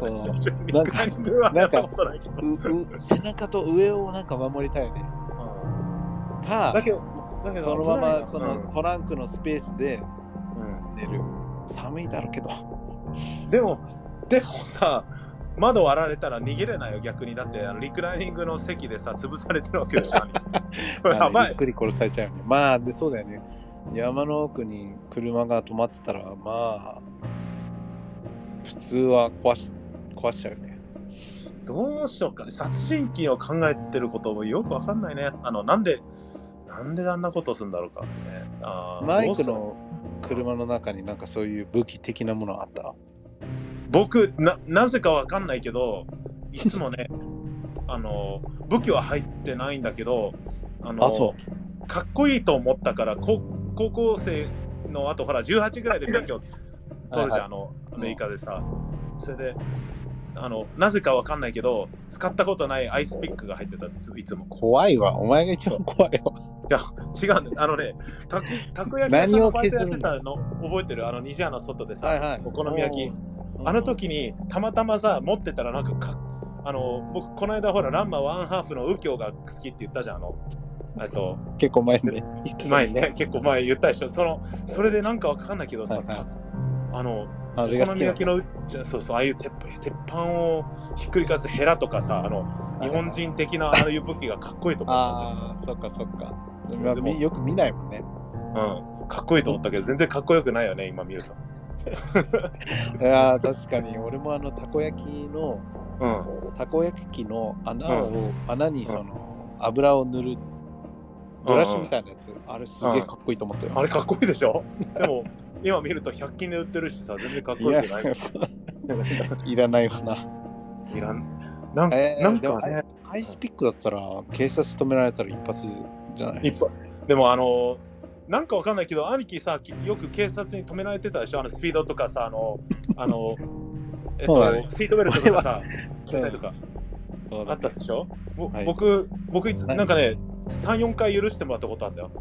なんか背中と上をなんか守りたいよね。だけどそのままそのトランクのスペースで寝る。寒いだろうけど。 でもさ、窓割られたら逃げれないよ、逆に。だってリクライニングの席でさ、潰されてるわけでしょ。やばい。 ゆっくり殺されちゃうよね。まあ、で、そうだよね。山の奥に車が止まってたら、まあ、普通は壊しちゃうよね。 どうしようかね。殺人鬼を考えてることもよくわかんないね。なんであんなことするんだろうかってね。 マイクの車の中になんかそういう武器的なものあった？ 僕なぜかわかんないけど、いつもね武器は入ってないんだけど、 そうかっこいいと思ったから、高校生の後ほら18ぐらいで免許取るじゃん、アメリカでさ。それでなぜかわかんないけど、使ったことないアイスピックが入ってた、いつも。 怖いわ、お前が一番怖いわ。 いや、違うんだ。たこ焼き屋さんのバイトやってたの覚えてる？虹屋の外でさ、お好み焼き。あの時にたまたまさ、持ってたら僕、この間ほら、ランマワンハーフの右京が好きって言ったじゃん。 結構前ね。 結構前言ったでしょ。それでなんかわかんないけどさ、お好み焼きの、そうそう、ああいう鉄板をひっくり返すヘラとかさ、日本人的なああいう武器がかっこいいと思ったんだよ。 そっかそっか。よく見ないもんね。 かっこいいと思ったけど、全然かっこよくないよね、今見ると。 いや確かに、俺もたこ焼きの、たこ焼き器の穴に油を塗るブラシみたいなやつ、あれすげえかっこいいと思ったよ。 あれかっこいいでしょ？でも今見ると100均で売ってるしさ、全然かっこよくない。 いらないわな。 いらん。なんかね、 アイスピックだったら警察止められたら一発じゃない？ でもなんかわかんないけど、兄貴さ、よく警察に止められてたでしょ？スピードとかさ、シートベルトとかさ、携帯とかあったでしょ？僕いつなんかね、3、4回許してもらったことあるんだよ。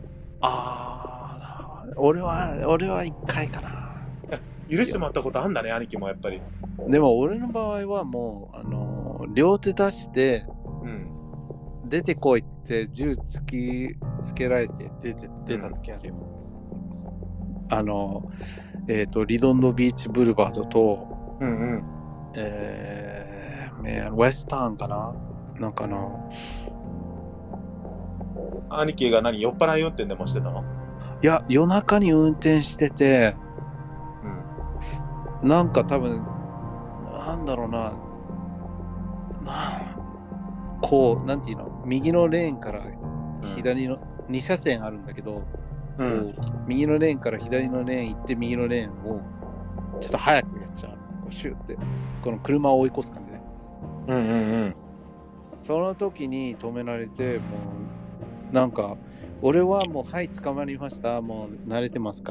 俺は1回かな。 許してもらったことあんだね、兄貴もやっぱり。 でも俺の場合はもう両手出して、出てこいって銃つけられて出た時あるよ。リドンドビーチブルバードと、ウェスタンかな、なんか兄貴が酔っ払い運転でもしてたの？ いや、夜中に運転してて、なんか多分なんだろうな、こうなんていうの、右のレーンから左の2車線あるんだけど、右のレーンから左のレーン行って、右のレーンをちょっと早くやっちゃう、シューってこの車を追い越す感じね。その時に止められて、もうなんか俺はもうはい捕まりました、もう慣れてますから、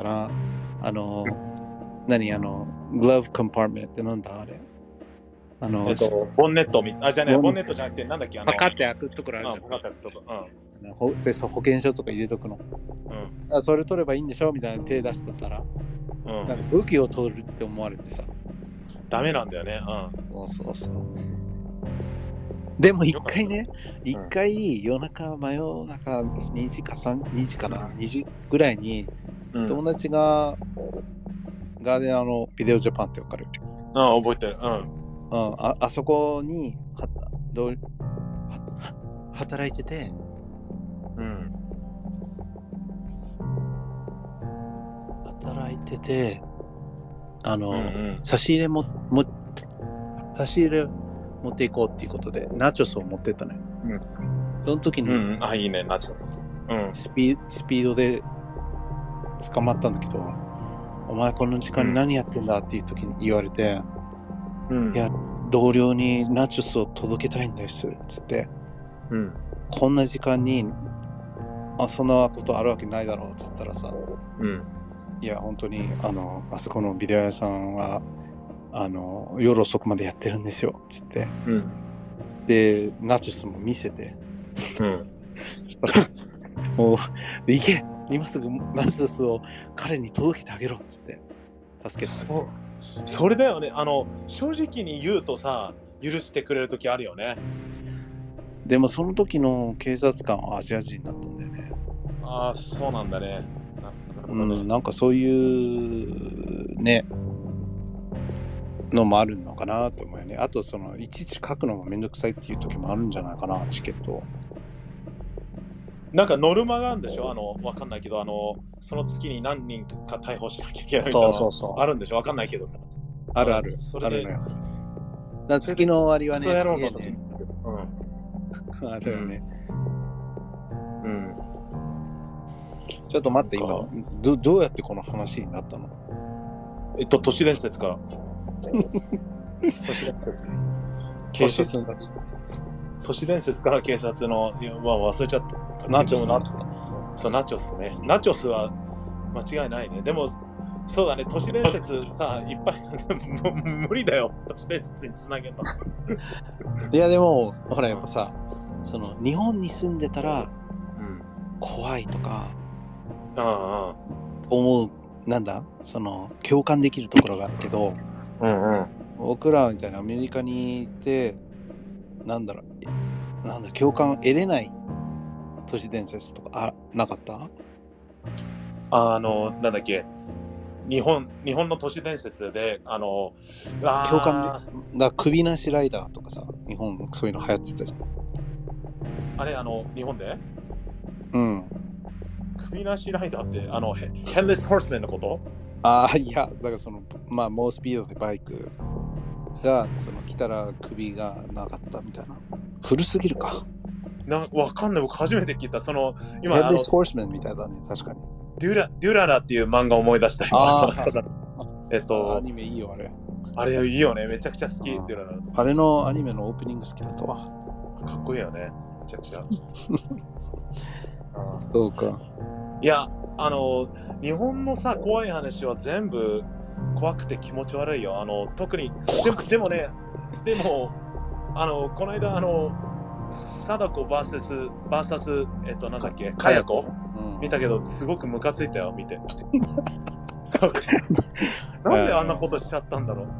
グラブコンパートメントってなんだあれ、 ボンネットじゃねえ、ボンネットじゃなくてなんだっけ、 パカって開くところあるじゃん。 パカって開くところ。 保険証とか入れとくの。それ取ればいいんでしょみたいな手出してたら、なんか武器を取るって思われてさ。 ダメなんだよね。 そう。でも一回夜中、真夜中2時かな、2時ぐらいに、友達がガーデンビデオジャパンってわかる？ 覚えてる。 あそこに働いてて、差し入れ持っていこうっていうことでナチョスを持ってったね。その時に、 いいね、ナチョス。 スピードで捕まったんだけど、お前この時間に何やってんだっていう時に言われて、いや同僚にナチョスを届けたいんですっつって、こんな時間にそんなことあるわけないだろうっつったらさ、いや本当にあそこのビデオ屋さんは夜遅くまでやってるんですよっつって、でナチョスも見せて、そしたらもう行け、今すぐナチョスを彼に届けてあげろっつって助けて。 それだよね。正直に言うとさ、許してくれる時あるよね。 でもその時の警察官はアジア人だったんだよね。 そうなんだね。 なんかそういうねのもあるのかなと思うよね。あといちいち書くのもめんどくさいっていう時もあるんじゃないかな、チケット。 なんかノルマがあるんでしょ？わかんないけど、その月に何人か逮捕しなきゃいけないみたいな。あるんでしょ？わかんないけどさ。 ある。それであるのよ。だ月の終わりはね、 そうやろうとね。 あるよね。ちょっと待って、今どうやってこの話になったの？ 都市伝説から。都市伝説。 警察になっちゃった。 都市伝説から警察の、忘れちゃった。 ナチョス。 そう、ナチョスね。ナチョスは間違いないね。でも、そうだね、都市伝説さ、いっぱい無理だよ、都市伝説につなげるの。 いや、でも、ほら、やっぱさ、その日本に住んでたら、怖いとか、思う、なんだ、その共感できるところがあるけど、僕らみたいなアメリカにいて、なんだ、共感得れない都市伝説とかなかった？ なんだっけ、日本の都市伝説で、 共感で、首なしライダーとかさ、日本そういうの流行ってたじゃん。 あれ、日本で？首なしライダーって、ヘッドレスホースマンのこと？ いや、だからその、猛スピードでバイクが、来たら首がなかったみたいな。古すぎるか。 わかんない、僕初めて聞いた。 今、ヘッドレスホースマンみたいだね、確かに。 デュララっていう漫画を思い出した今。 アニメいいよ、あれ。 あれいいよね、めちゃくちゃ好き、デュララ。 あれのアニメのオープニング好きだったわ。 かっこいいよね、めちゃくちゃ。 そうか。 いや、日本のさ、怖い話は全部怖くて気持ち悪いよ。特に、でもね、この間、貞子 VS なんだっけ、かや子見たけど、すごくムカついたよ、見て。なんであんなことしちゃったんだろう。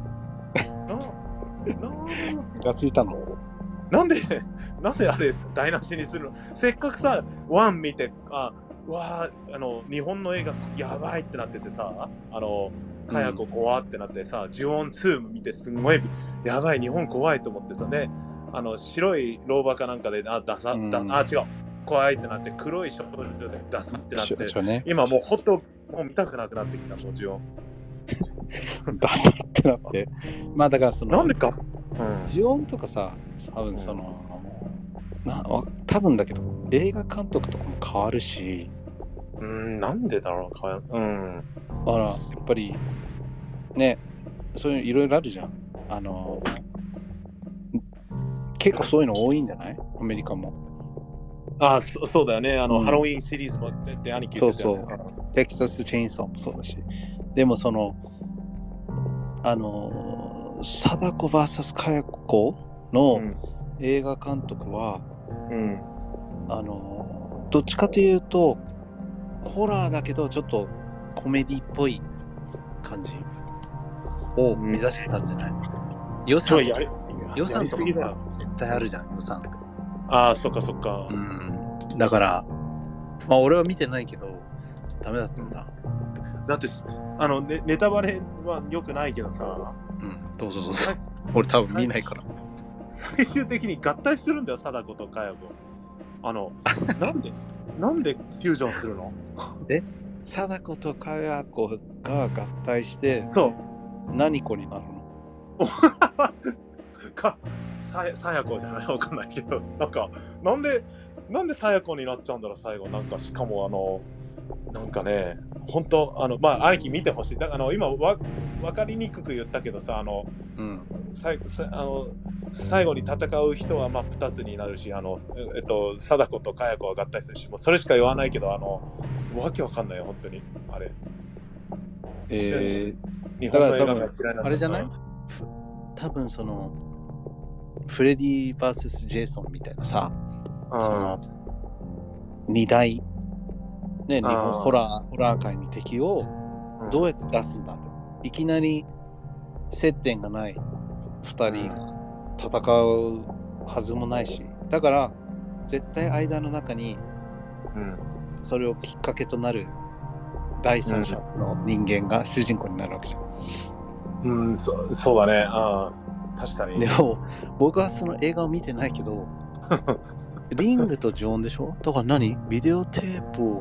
ムカついたの？ なんであれ台無しにするの？せっかくさ、ワン見て、日本の映画やばいってなっててさ、かや子怖ってなってさ、ジュオン2見てすんごいやばい、日本怖いと思ってさ、ね、白い老婆かなんかで、違う、怖いってなって、黒い少女でダサってなって、ね、今もうほんともう見たくなくなってきた、もうジュオン。 ダサってなって。だからなんでか、 ジオンとかさ、多分だけど映画監督とかも変わるし、 なんでだろう、やっぱりね、そういういろいろあるじゃん。結構そういうの多いんじゃない？アメリカも。 そうだよね。ハロウィンシリーズもって兄貴言ってたよね。 そう。テキサス・チェーンソーもそうだし。でも貞子 VS かや子の映画監督は、どっちかというとホラーだけどちょっとコメディっぽい感じを目指してたんじゃない？予算とか絶対あるじゃん、予算。 そっかそっか。 だから俺は見てないけどダメだったんだ。 だってネタバレは良くないけどさ。 そう。俺多分見ないから。 最終的に合体するんだよ、貞子とかや子。なんでフュージョンするの？ 貞子とかや子が合体して、何子になるの？ さや子じゃない、わかんないけど、なんでさや子になっちゃうんだろう、最後。しかもなんかね、本当兄貴見てほしい。だから今分かりにくく言ったけどさ、最後に戦う人は2つになるし、貞子とかや子は合体するし、もうそれしか言わないけど、わけわかんないよ、本当に。あれ。日本の映画が嫌いなんだ。 あれじゃない？多分フレディ VS ジェイソンみたいなさ、2大日本ホラー界に敵をどうやって出すんだって、いきなり接点がない2人が戦うはずもないし、だから絶対間の中にそれをきっかけとなる第三者の人間が主人公になるわけじゃん。 そうだね。確かに。 でも僕はその映画を見てないけどリングとジョーンでしょ？だからビデオテープを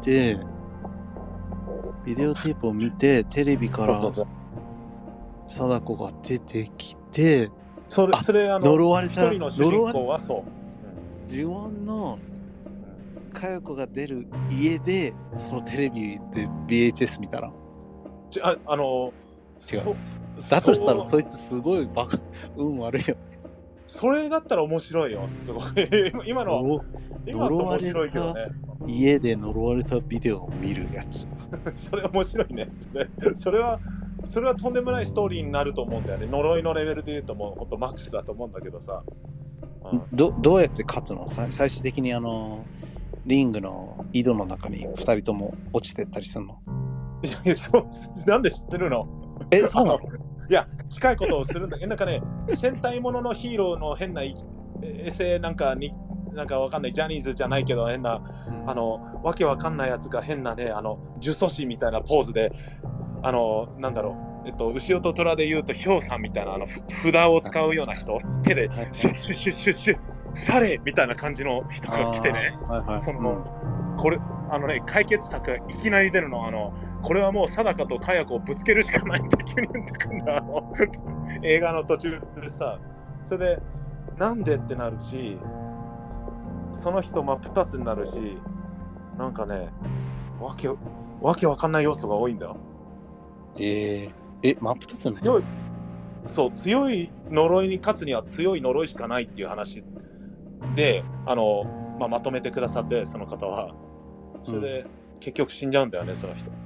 見てテレビから貞子が出てきて、 それ呪われた一人の主人公はそう。 ジョーンのかや子が出る家でそのテレビで VHS 見たら違う。だとしたらそいつすごい運悪いよね。 それだったら面白いよ。すごい。今の面白いけどね。 家で呪われたビデオを見るやつ。 それ面白いね。それはとんでもないストーリーになると思うんだよね。呪いのレベルで言うともうほんとマックスだと思うんだけどさ。 どうやって勝つの？最終的にリングの井戸の中に2人とも落ちてったりするの？ いやなんで知ってるの？ そうなの？ いや、近いことをするんだけど、なんかね、戦隊もののヒーローの変なエセなんかわかんない、ジャニーズじゃないけど、変な、わけわかんないやつが変なね、呪詛師みたいなポーズで、なんだろう、牛尾と虎で言うと、ヒョウさんみたいな、札を使うような人、手で、シュッシュッシュッシュッシュッ、されみたいな感じの人が来てね、これ解決策がいきなり出るの。これはもう定かと佳代子をぶつけるしかないって急に言ってくるんだ。映画の途中でさ、それでなんでってなるし、その人真っ二つになるし、なんかね、わけわかんない要素が多いんだよ。真っ二つ強い呪いに勝つには強い呪いしかないっていう話で、まとめてくださって、その方は。それで、結局死んじゃうんだよね、その人。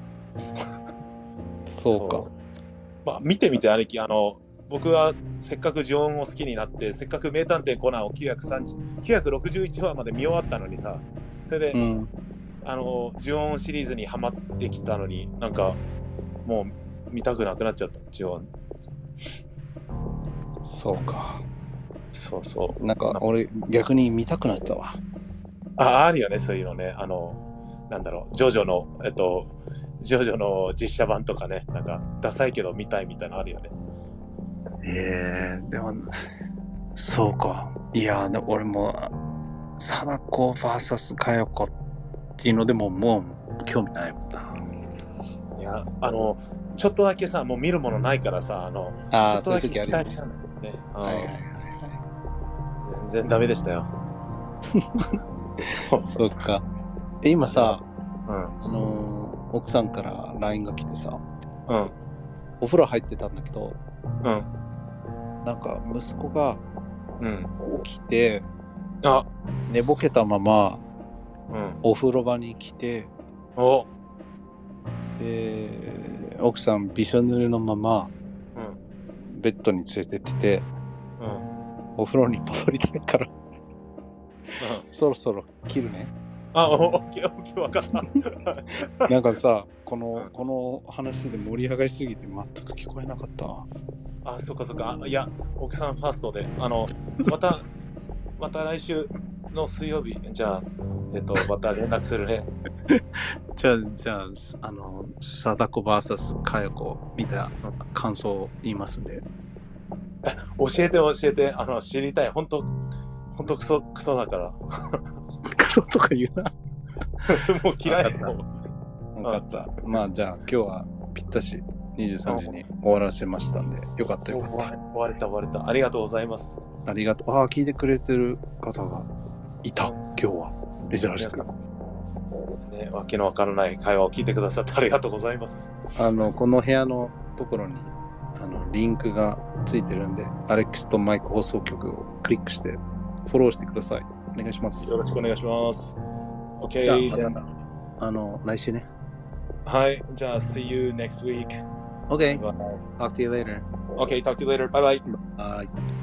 そうか。 見てみて、兄貴。僕はせっかく呪音を好きになって、せっかく名探偵コナンを961話まで見終わったのにさ、それで、呪音シリーズにハマってきたのに、なんか、もう見たくなくなっちゃった、呪音。 そうか。 そう。 なんか、俺、逆に見たくなったわ。 あるよね、そういうのね。なんだろう、ジョジョの実写版とかね、なんか、ダサいけど見たいみたいなのあるよね。 でも、そうか。いや、俺も、貞子 VS 佳代子っていうのでも、もう興味ないもんな。 いや、ちょっとだけさ、もう見るものないからさ、 そういう時あるよね。 全然ダメでしたよ。 そうか。今さ、奥さんから LINE が来てさ、お風呂入ってたんだけど、なんか息子が起きて、寝ぼけたままお風呂場に来て、奥さんびしょ濡れのままベッドに連れてってて、お風呂に戻りたいから、そろそろ切るね。 オッケー、分かった。なんかさ、この話で盛り上がりすぎて全く聞こえなかった。 そうか。いや、奥さんファーストで、また来週の水曜日、じゃあ、また連絡するね。 じゃあ、貞子 VS 佳代子見た感想を言いますんで。 教えて、知りたい。本当クソだから。 クソとか言うな。 もう嫌い。 分かった。じゃあ今日はぴったし23時に終わらせましたんで、よかった。終われた。ありがとうございます。 ありがとう。聞いてくれてる方がいた、今日は。珍しく。 ね、わけのわからない会話を聞いてくださってありがとうございます。 この部屋のところにリンクがついてるんで、アレックスとマイク放送局をクリックしてフォローしてください。お願いします。 よろしくお願いします。OK。 じゃあまた来週ね。 はい。じゃあ see you next week. Okay. Talk to you later. Okay. Talk to you later. Bye bye. Bye.